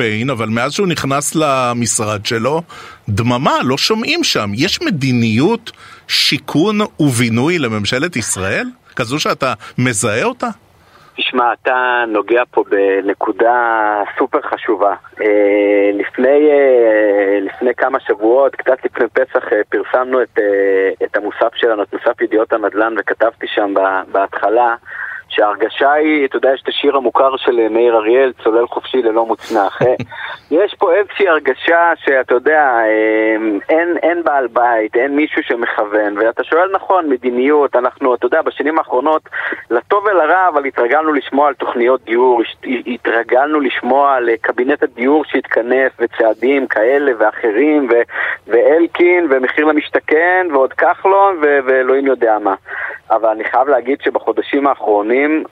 אבל מאז שהוא נכנס למשרד שלו, דממה, לא שומעים שם. יש מדיניות שיכון ובינוי לממשלת ישראל? כזו שאתה מזהה אותה? תשמע, אתה נוגע פה בנקודה סופר חשובה. אה, לפני, אה, לפני כמה שבועות, קצת לפני פסח, אה, פרסמנו את, אה, את המוסף שלנו, את מוסף ידיעות הנדל"ן, וכתבתי שם בהתחלה שההרגשה היא, אתה יודע, יש את השיר המוכר של מאיר אריאל, צולל חופשי ללא מוצנח. יש פה איזושהי הרגשה שאתה יודע, אין, אין בעל בית, אין מישהו שמכוון, ואתה שואל נכון, מדיניות, אנחנו, אתה יודע, בשנים האחרונות, לטוב ולרע, אבל התרגלנו לשמוע על תוכניות דיור, התרגלנו לשמוע על קבינט הדיור שהתכנס, וצעדים כאלה ואחרים, ו- ואלקין, ומחיר למשתכן, ועוד כחלון, ו- ואלוהים יודע מה. אבל אני חייב להגיד שבחודשים האחרונים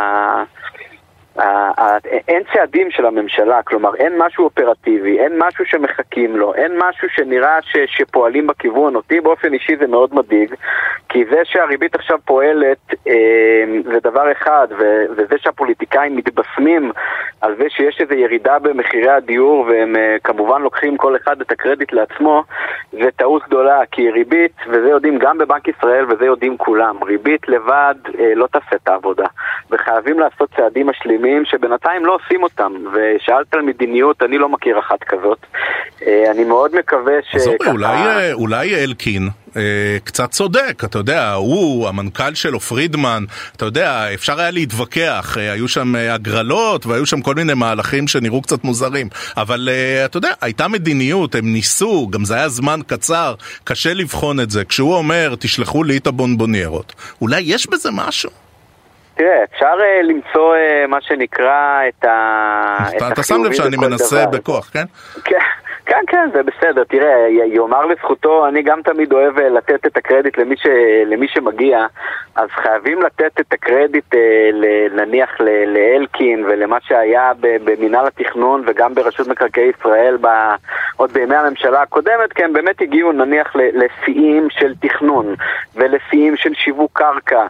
אין צעדים של הממשלה, כלומר אין משהו אופרטיבי, אין משהו שמחכים לו, אין משהו שנראה שפועלים בכיוון. אותי באופן אישי זה מאוד מדאיג, כי זה שהריבית עכשיו פועלת זה דבר אחד, וזה שהפוליטיקאים מתבשמים על זה שיש איזו ירידה במחירי הדיור, והם כמובן לוקחים כל אחד את הקרדיט לעצמו, זה טעות גדולה, כי ריבית, וזה יודעים גם בבנק ישראל וזה יודעים כולם, ריבית לבד לא תעשה את העבודה, וחייבים לעשות צעדים משלימים שבינתיים לא עושים אותם. ושאלת על מדיניות, אני לא מכיר אחת כזאת. אני מאוד מקווה ש... אז אולי, אולי אלקין קצת צודק, אתה יודע, הוא, המנכ"ל שלו, פרידמן, אתה יודע, אפשר היה להתווכח, היו שם הגרלות והיו שם כל מיני מהלכים שנראו קצת מוזרים, אבל אתה יודע, הייתה מדיניות, הם ניסו, גם זה היה זמן קצר, קשה לבחון את זה. כשהוא אומר, תשלחו לי את הבונבוניירות, אולי יש בזה משהו? תראה, אפשר uh, למצוא uh, מה שנקרא את ה... אתה שם לב שאני מנסה בכוח, כן? כן, כן, כן, זה בסדר. תראה, יאמר לזכותו, אני גם תמיד אוהב לתת את הקרדיט למי, ש... למי שמגיע, אז חייבים לתת את הקרדיט uh, נניח לאלקין ולמה שהיה במינהל התכנון וגם ברשות מקרקעי ישראל ב... עוד בימי הממשלה הקודמת, כי הם באמת הגיעו נניח לשיאים של תכנון ולשיאים של שיווק קרקע,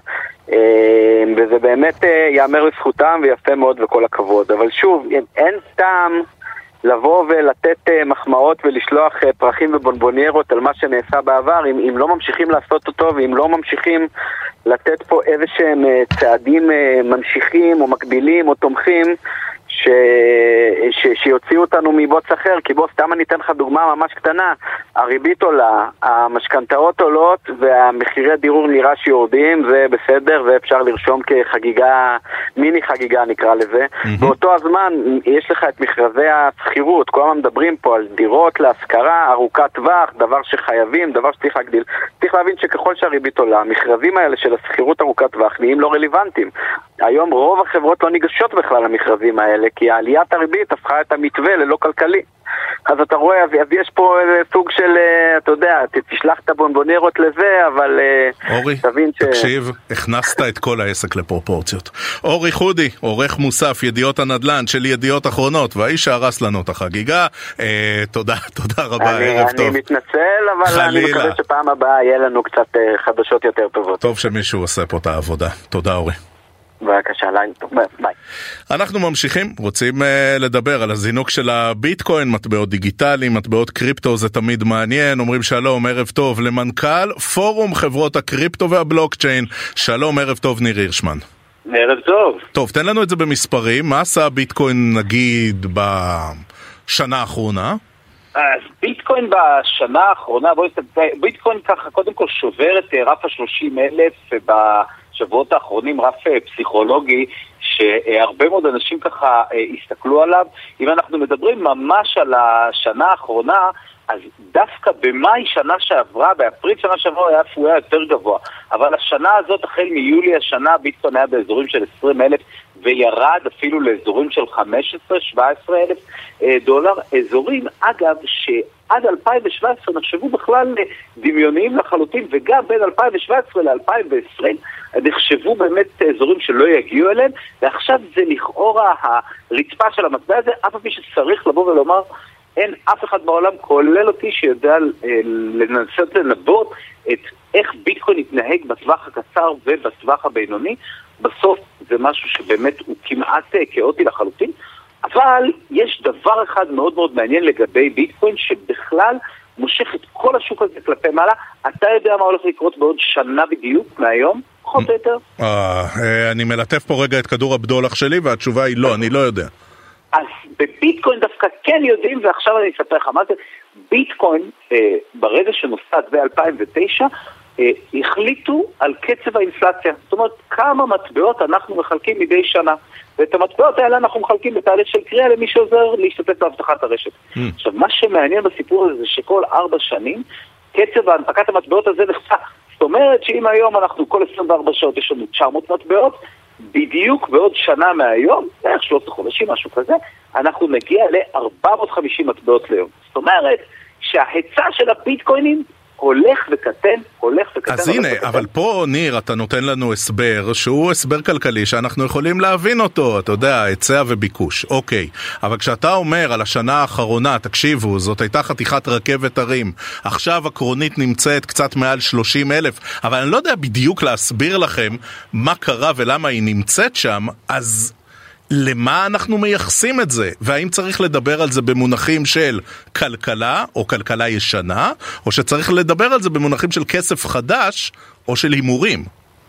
וזה באמת יאמר לזכותם ויפה מאוד וכל הכבוד. אבל שוב, אין טעם לבוא ולתת מחמאות ולשלוח פרחים ובונבוניירות על מה שנעשה בעבר, אם, אם לא ממשיכים לעשות אותו, ואם לא ממשיכים לתת פה איזה שהם צעדים ממשיכים או מקבילים או תומכים ש... ש... שיוציאו אותנו מבוץ אחר. כי בוא, סתם אני אתן לך דוגמה ממש קטנה, הריבית עולה, המשכנתאות עולות והמחירי דיור נראה שיורדים, זה בסדר, זה אפשר לרשום כחגיגה, מיני חגיגה נקרא לזה. Mm-hmm. באותו הזמן יש לך את מכרזי הסחירות, כל הזמן מדברים פה על דירות להשכרה ארוכת טווח, דבר שחייבים, דבר שצריך להגדיל. צריך להבין שככל שהריבית עולה, המכרזים האלה של הסחירות ארוכת טווח נהיים לא רלוונטיים. היום רוב החברות לא ניגשות בכלל למכרזים האלה, כי העליית הריבית הפכה את המתווה ללא כלכלי. אז אתה רואה, אז יש פה סוג של, אתה יודע, תשלח את הבונבוניירות לזה, אבל אורי, תבין ש... תקשיב, הכנסת את כל העסק לפרופורציות. אורי חודי, עורך מוסף ידיעות הנדל"ן של ידיעות אחרונות, והאיש שהרס לנו את החגיגה. אה, תודה, תודה רבה, אני, ערב אני טוב. אני מתנצל, אבל חלילה. אני מקווה שפעם הבאה יהיה לנו קצת חדשות יותר טובות. טוב שמישהו עושה פה את העבודה. תודה, אורי. בבקשה, לילה טוב, ביי. אנחנו ממשיכים, רוצים uh, לדבר על הזינוק של הביטקוין, מטבעות דיגיטליים, מטבעות קריפטו, זה תמיד מעניין. אומרים שלום, ערב טוב למנכ"ל פורום חברות הקריפטו והבלוקצ'יין. שלום, ערב טוב, ניר הירשמן. ערב טוב. טוב, תן לנו את זה במספרים. מה עשה הביטקוין נגיד בשנה האחרונה? אז ביטקוין בשנה האחרונה, בואי, ביטקוין ככה קודם כל שובר את רף ה-שלושים אלף בשבועות האחרונים, רף פסיכולוגי שהרבה מאוד אנשים ככה הסתכלו עליו. אם אנחנו מדברים ממש על השנה האחרונה, אז דווקא במאי שנה שעברה, באפריל שנה שעברה היה אפויה יותר גבוה, אבל השנה הזאת, החל מיולי השנה, ביטקוין היה באזורים של עשרים אלף וירד אפילו לאזורים של חמש עשרה שבע עשרה אלף דולר, אזורים אגב שעד אלפיים שבע עשרה נחשבו בכלל דמיוניים לחלוטין, וגם בין אלפיים שבע עשרה ל-אלפיים עשרים נחשבו באמת אזורים שלא יגיעו אליהם, ועכשיו זה לכאורה הרצפה של המטבע הזה, אף על פי שצריך לבוא ולומר, אין אף אחד בעולם, כולל אותי, שיודע לנסות לנבאות את איך ביטקוין יתנהג בטווח הקצר ובטווח הבינוני. בסוף זה משהו שבאמת הוא כמעט כאוטי לחלוטין, אבל יש דבר אחד מאוד מאוד מעניין לגבי ביטקוין, שבכלל מושך את כל השוק הזה כלפי מעלה. אתה יודע מה הולך לקרות בעוד שנה בדיוק מהיום? פחות או יותר. אני מלטף פה רגע את כדור הבדולח שלי, והתשובה היא לא, אני לא יודע. אז בביטקוין דווקא כן יודעים, ועכשיו אני אספר לך מה זה. ביטקוין, ברגע שנוסד ב-אלפיים ותשע, החליטו על קצב האינפלציה. זאת אומרת, כמה מטבעות אנחנו מחלקים מדי שנה. ואת המטבעות האלה אנחנו מחלקים בתהליך של קריאה למי שעוזר להשתתף בהבטחת הרשת. Mm. עכשיו, מה שמעניין בסיפור הזה זה שכל ארבע שנים, קצב ההנפקת המטבעות הזה נחצה. זאת אומרת שאם היום אנחנו כל עשרים וארבע שעות יש לנו תשע מאות מטבעות, בדיוק בעוד שנה מהיום, בערך שלושה חודשים, משהו כזה, אנחנו נגיע ל-ארבע מאות וחמישים מטבעות ליום. זאת אומרת שההיצע של הביטקוינים הולך וקטן, הולך וקטן. אז הנה, אבל פה, ניר, אתה נותן לנו הסבר, שהוא הסבר כלכלי, שאנחנו יכולים להבין אותו, אתה יודע, היצע וביקוש. אוקיי, אבל כשאתה אומר על השנה האחרונה, תקשיבו, זאת הייתה חתיכת רכבת הרים, עכשיו הקרונית נמצאת קצת מעל שלושים אלף, אבל אני לא יודע בדיוק להסביר לכם מה קרה ולמה היא נמצאת שם, אז למה אנחנו מייחסים את זה? והאם צריך לדבר על זה במונחים של כלכלה או כלכלה ישנה, או שצריך לדבר על זה במונחים של כסף חדש או של הימורים?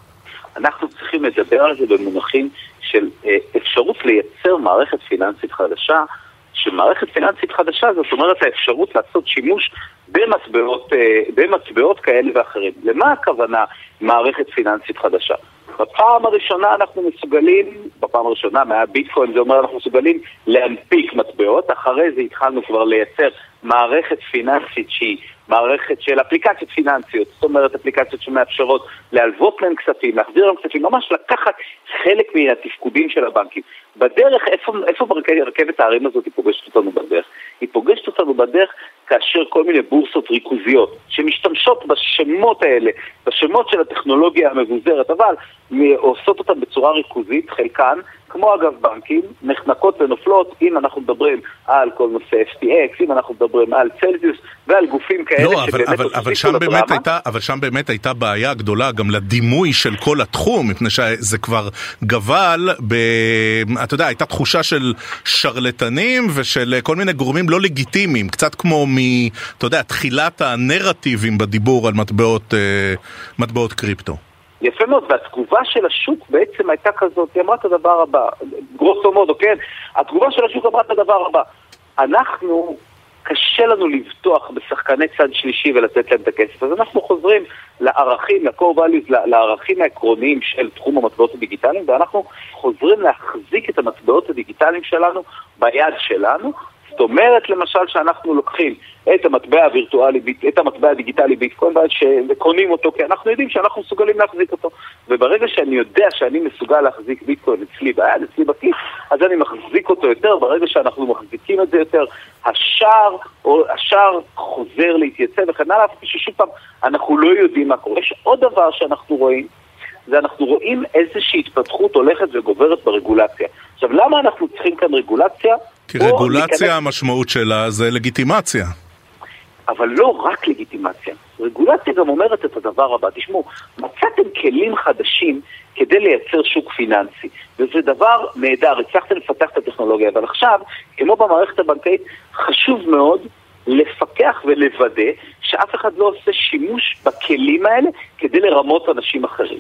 אנחנו צריכים לדבר על זה במונחים של אה, אפשרות לייצר מערכת פיננסית חדשה, שמערכת פיננסית חדשה זאת אומרת האפשרות לעשות שימוש במטבעות, אה, במטבעות כאלה ואחרים. למה הכוונה מערכת פיננסית חדשה? בפעם הראשונה אנחנו מסוגלים, בפעם הראשונה מהביטקוין זה אומר אנחנו מסוגלים להנפיק מטבעות, אחרי זה התחלנו כבר לייצר מערכת פיננסית שהיא מערכת של אפליקציות פיננסיות, זאת אומרת אפליקציות שמאפשרות להלוות להם כספים, להחזיר להם כספים, ממש לקחת חלק מהתפקודים של הבנקים. בדרך, איפה, איפה ברכבת הערים הזאת היא פוגשת אותנו בדרך? היא פוגשת אותנו בדרך כאשר כל מיני בורסות ריכוזיות שמשתמשות בשמות האלה, בשמות של הטכנולוגיה המבוזרת, אבל עושות אותן בצורה ריכוזית, חלקן, כמו אגב בנקים, נחנקות ונופלות, אם אנחנו מדברים על כל נושא אף טי אקס, אם אנחנו מדברים על צלזיוס ועל גופים כאלה לא, אבל, אבל, אבל, שם באמת הייתה, אבל שם באמת הייתה בעיה גדולה גם לדימוי של כל התחום, מפני שזה כבר גבל, ב, אתה יודע, הייתה תחושה של שרלטנים ושל כל מיני גורמים לא לגיטימיים, קצת כמו מ, אתה יודע, תחילת הנרטיבים בדיבור על מטבעות, מטבעות קריפטו. יפה מאוד, והתגובה של השוק בעצם הייתה כזאת, היא אמרה את הדבר הבא, גרוסו מודו, כן? התגובה של השוק אמרה את הדבר הבא, אנחנו, קשה לנו לבטוח בשחקני צד שלישי ולתת להם את הכסף, אז אנחנו חוזרים לערכים, ל-core values, לערכים העקרוניים של תחום המטבעות הדיגיטליים, ואנחנו חוזרים להחזיק את המטבעות הדיגיטליים שלנו ביד שלנו, זאת אומרת למשל שאנחנו לוקחים את המטבע הווירטואלי, את המטבע הדיגיטלי ביטקוין וקונים אותו, כי אנחנו יודעים שאנחנו מסוגלים להחזיק אותו. וברגע שאני יודע שאני מסוגל להחזיק ביטקוין אצלי ביד, אצלי בכיס, אז אני מחזיק אותו יותר. ברגע שאנחנו מחזיקים את זה יותר, השער, או השער חוזר להתייצב וכן הלאה, ששוב פעם, אנחנו לא יודעים מה קורה. יש עוד דבר שאנחנו רואים, זה אנחנו רואים איזושהי התפתחות הולכת וגוברת ברגולציה. עכשיו, למה אנחנו צריכים כאן רגולציה? כי רגולציה, המשמעות שלה זה לגיטימציה. אבל לא רק לגיטימציה. רגולציה גם אומרת את הדבר הבא. תשמעו, מצאתם כלים חדשים כדי לייצר שוק פיננסי. וזה דבר נהדר, הצלחתם לפתח את הטכנולוגיה. אבל עכשיו, כמו במערכת הבנקאית, חשוב מאוד לפקח ולוודא שאף אחד לא עושה שימוש בכלים האלה כדי לרמות אנשים אחרים.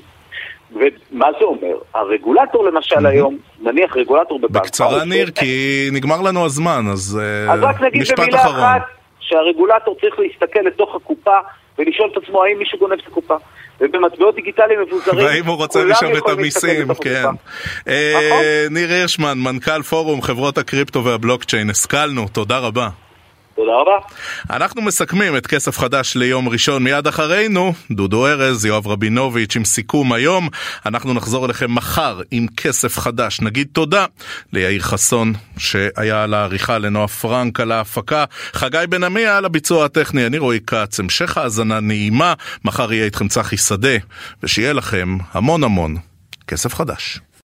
ומה זה אומר? הרגולטור למשל היום, נניח רגולטור בבנק. בקצרה ניר, כי נגמר לנו הזמן, אז אז רק נגיד במילה אחת, שהרגולטור צריך להסתכל לתוך הקופה ולשאול את עצמו האם מישהו גונב את הקופה. ובמטבעות דיגיטליים מבוזרים, והאם הוא רוצה לשאול את המיסים, כן. ניר הירשמן, מנכ"ל פורום חברות הקריפטו והבלוקצ'יין, השכלנו, תודה רבה. תודה רבה. אנחנו מסכמים את כסף חדש ליום ראשון. מיד אחרינו, דודו ארז, יואב רבינוביץ' עם סיכום היום. אנחנו נחזור אליכם מחר עם כסף חדש. נגיד תודה ליאיר חסון שהיה על העריכה, לנועה פרנק על ההפקה, חגי בן עמי על הביצוע הטכני, אני רועי קץ, המשך האזנה נעימה. מחר יהיה איתכם צחי שדה, ושיהיה לכם המון המון כסף חדש.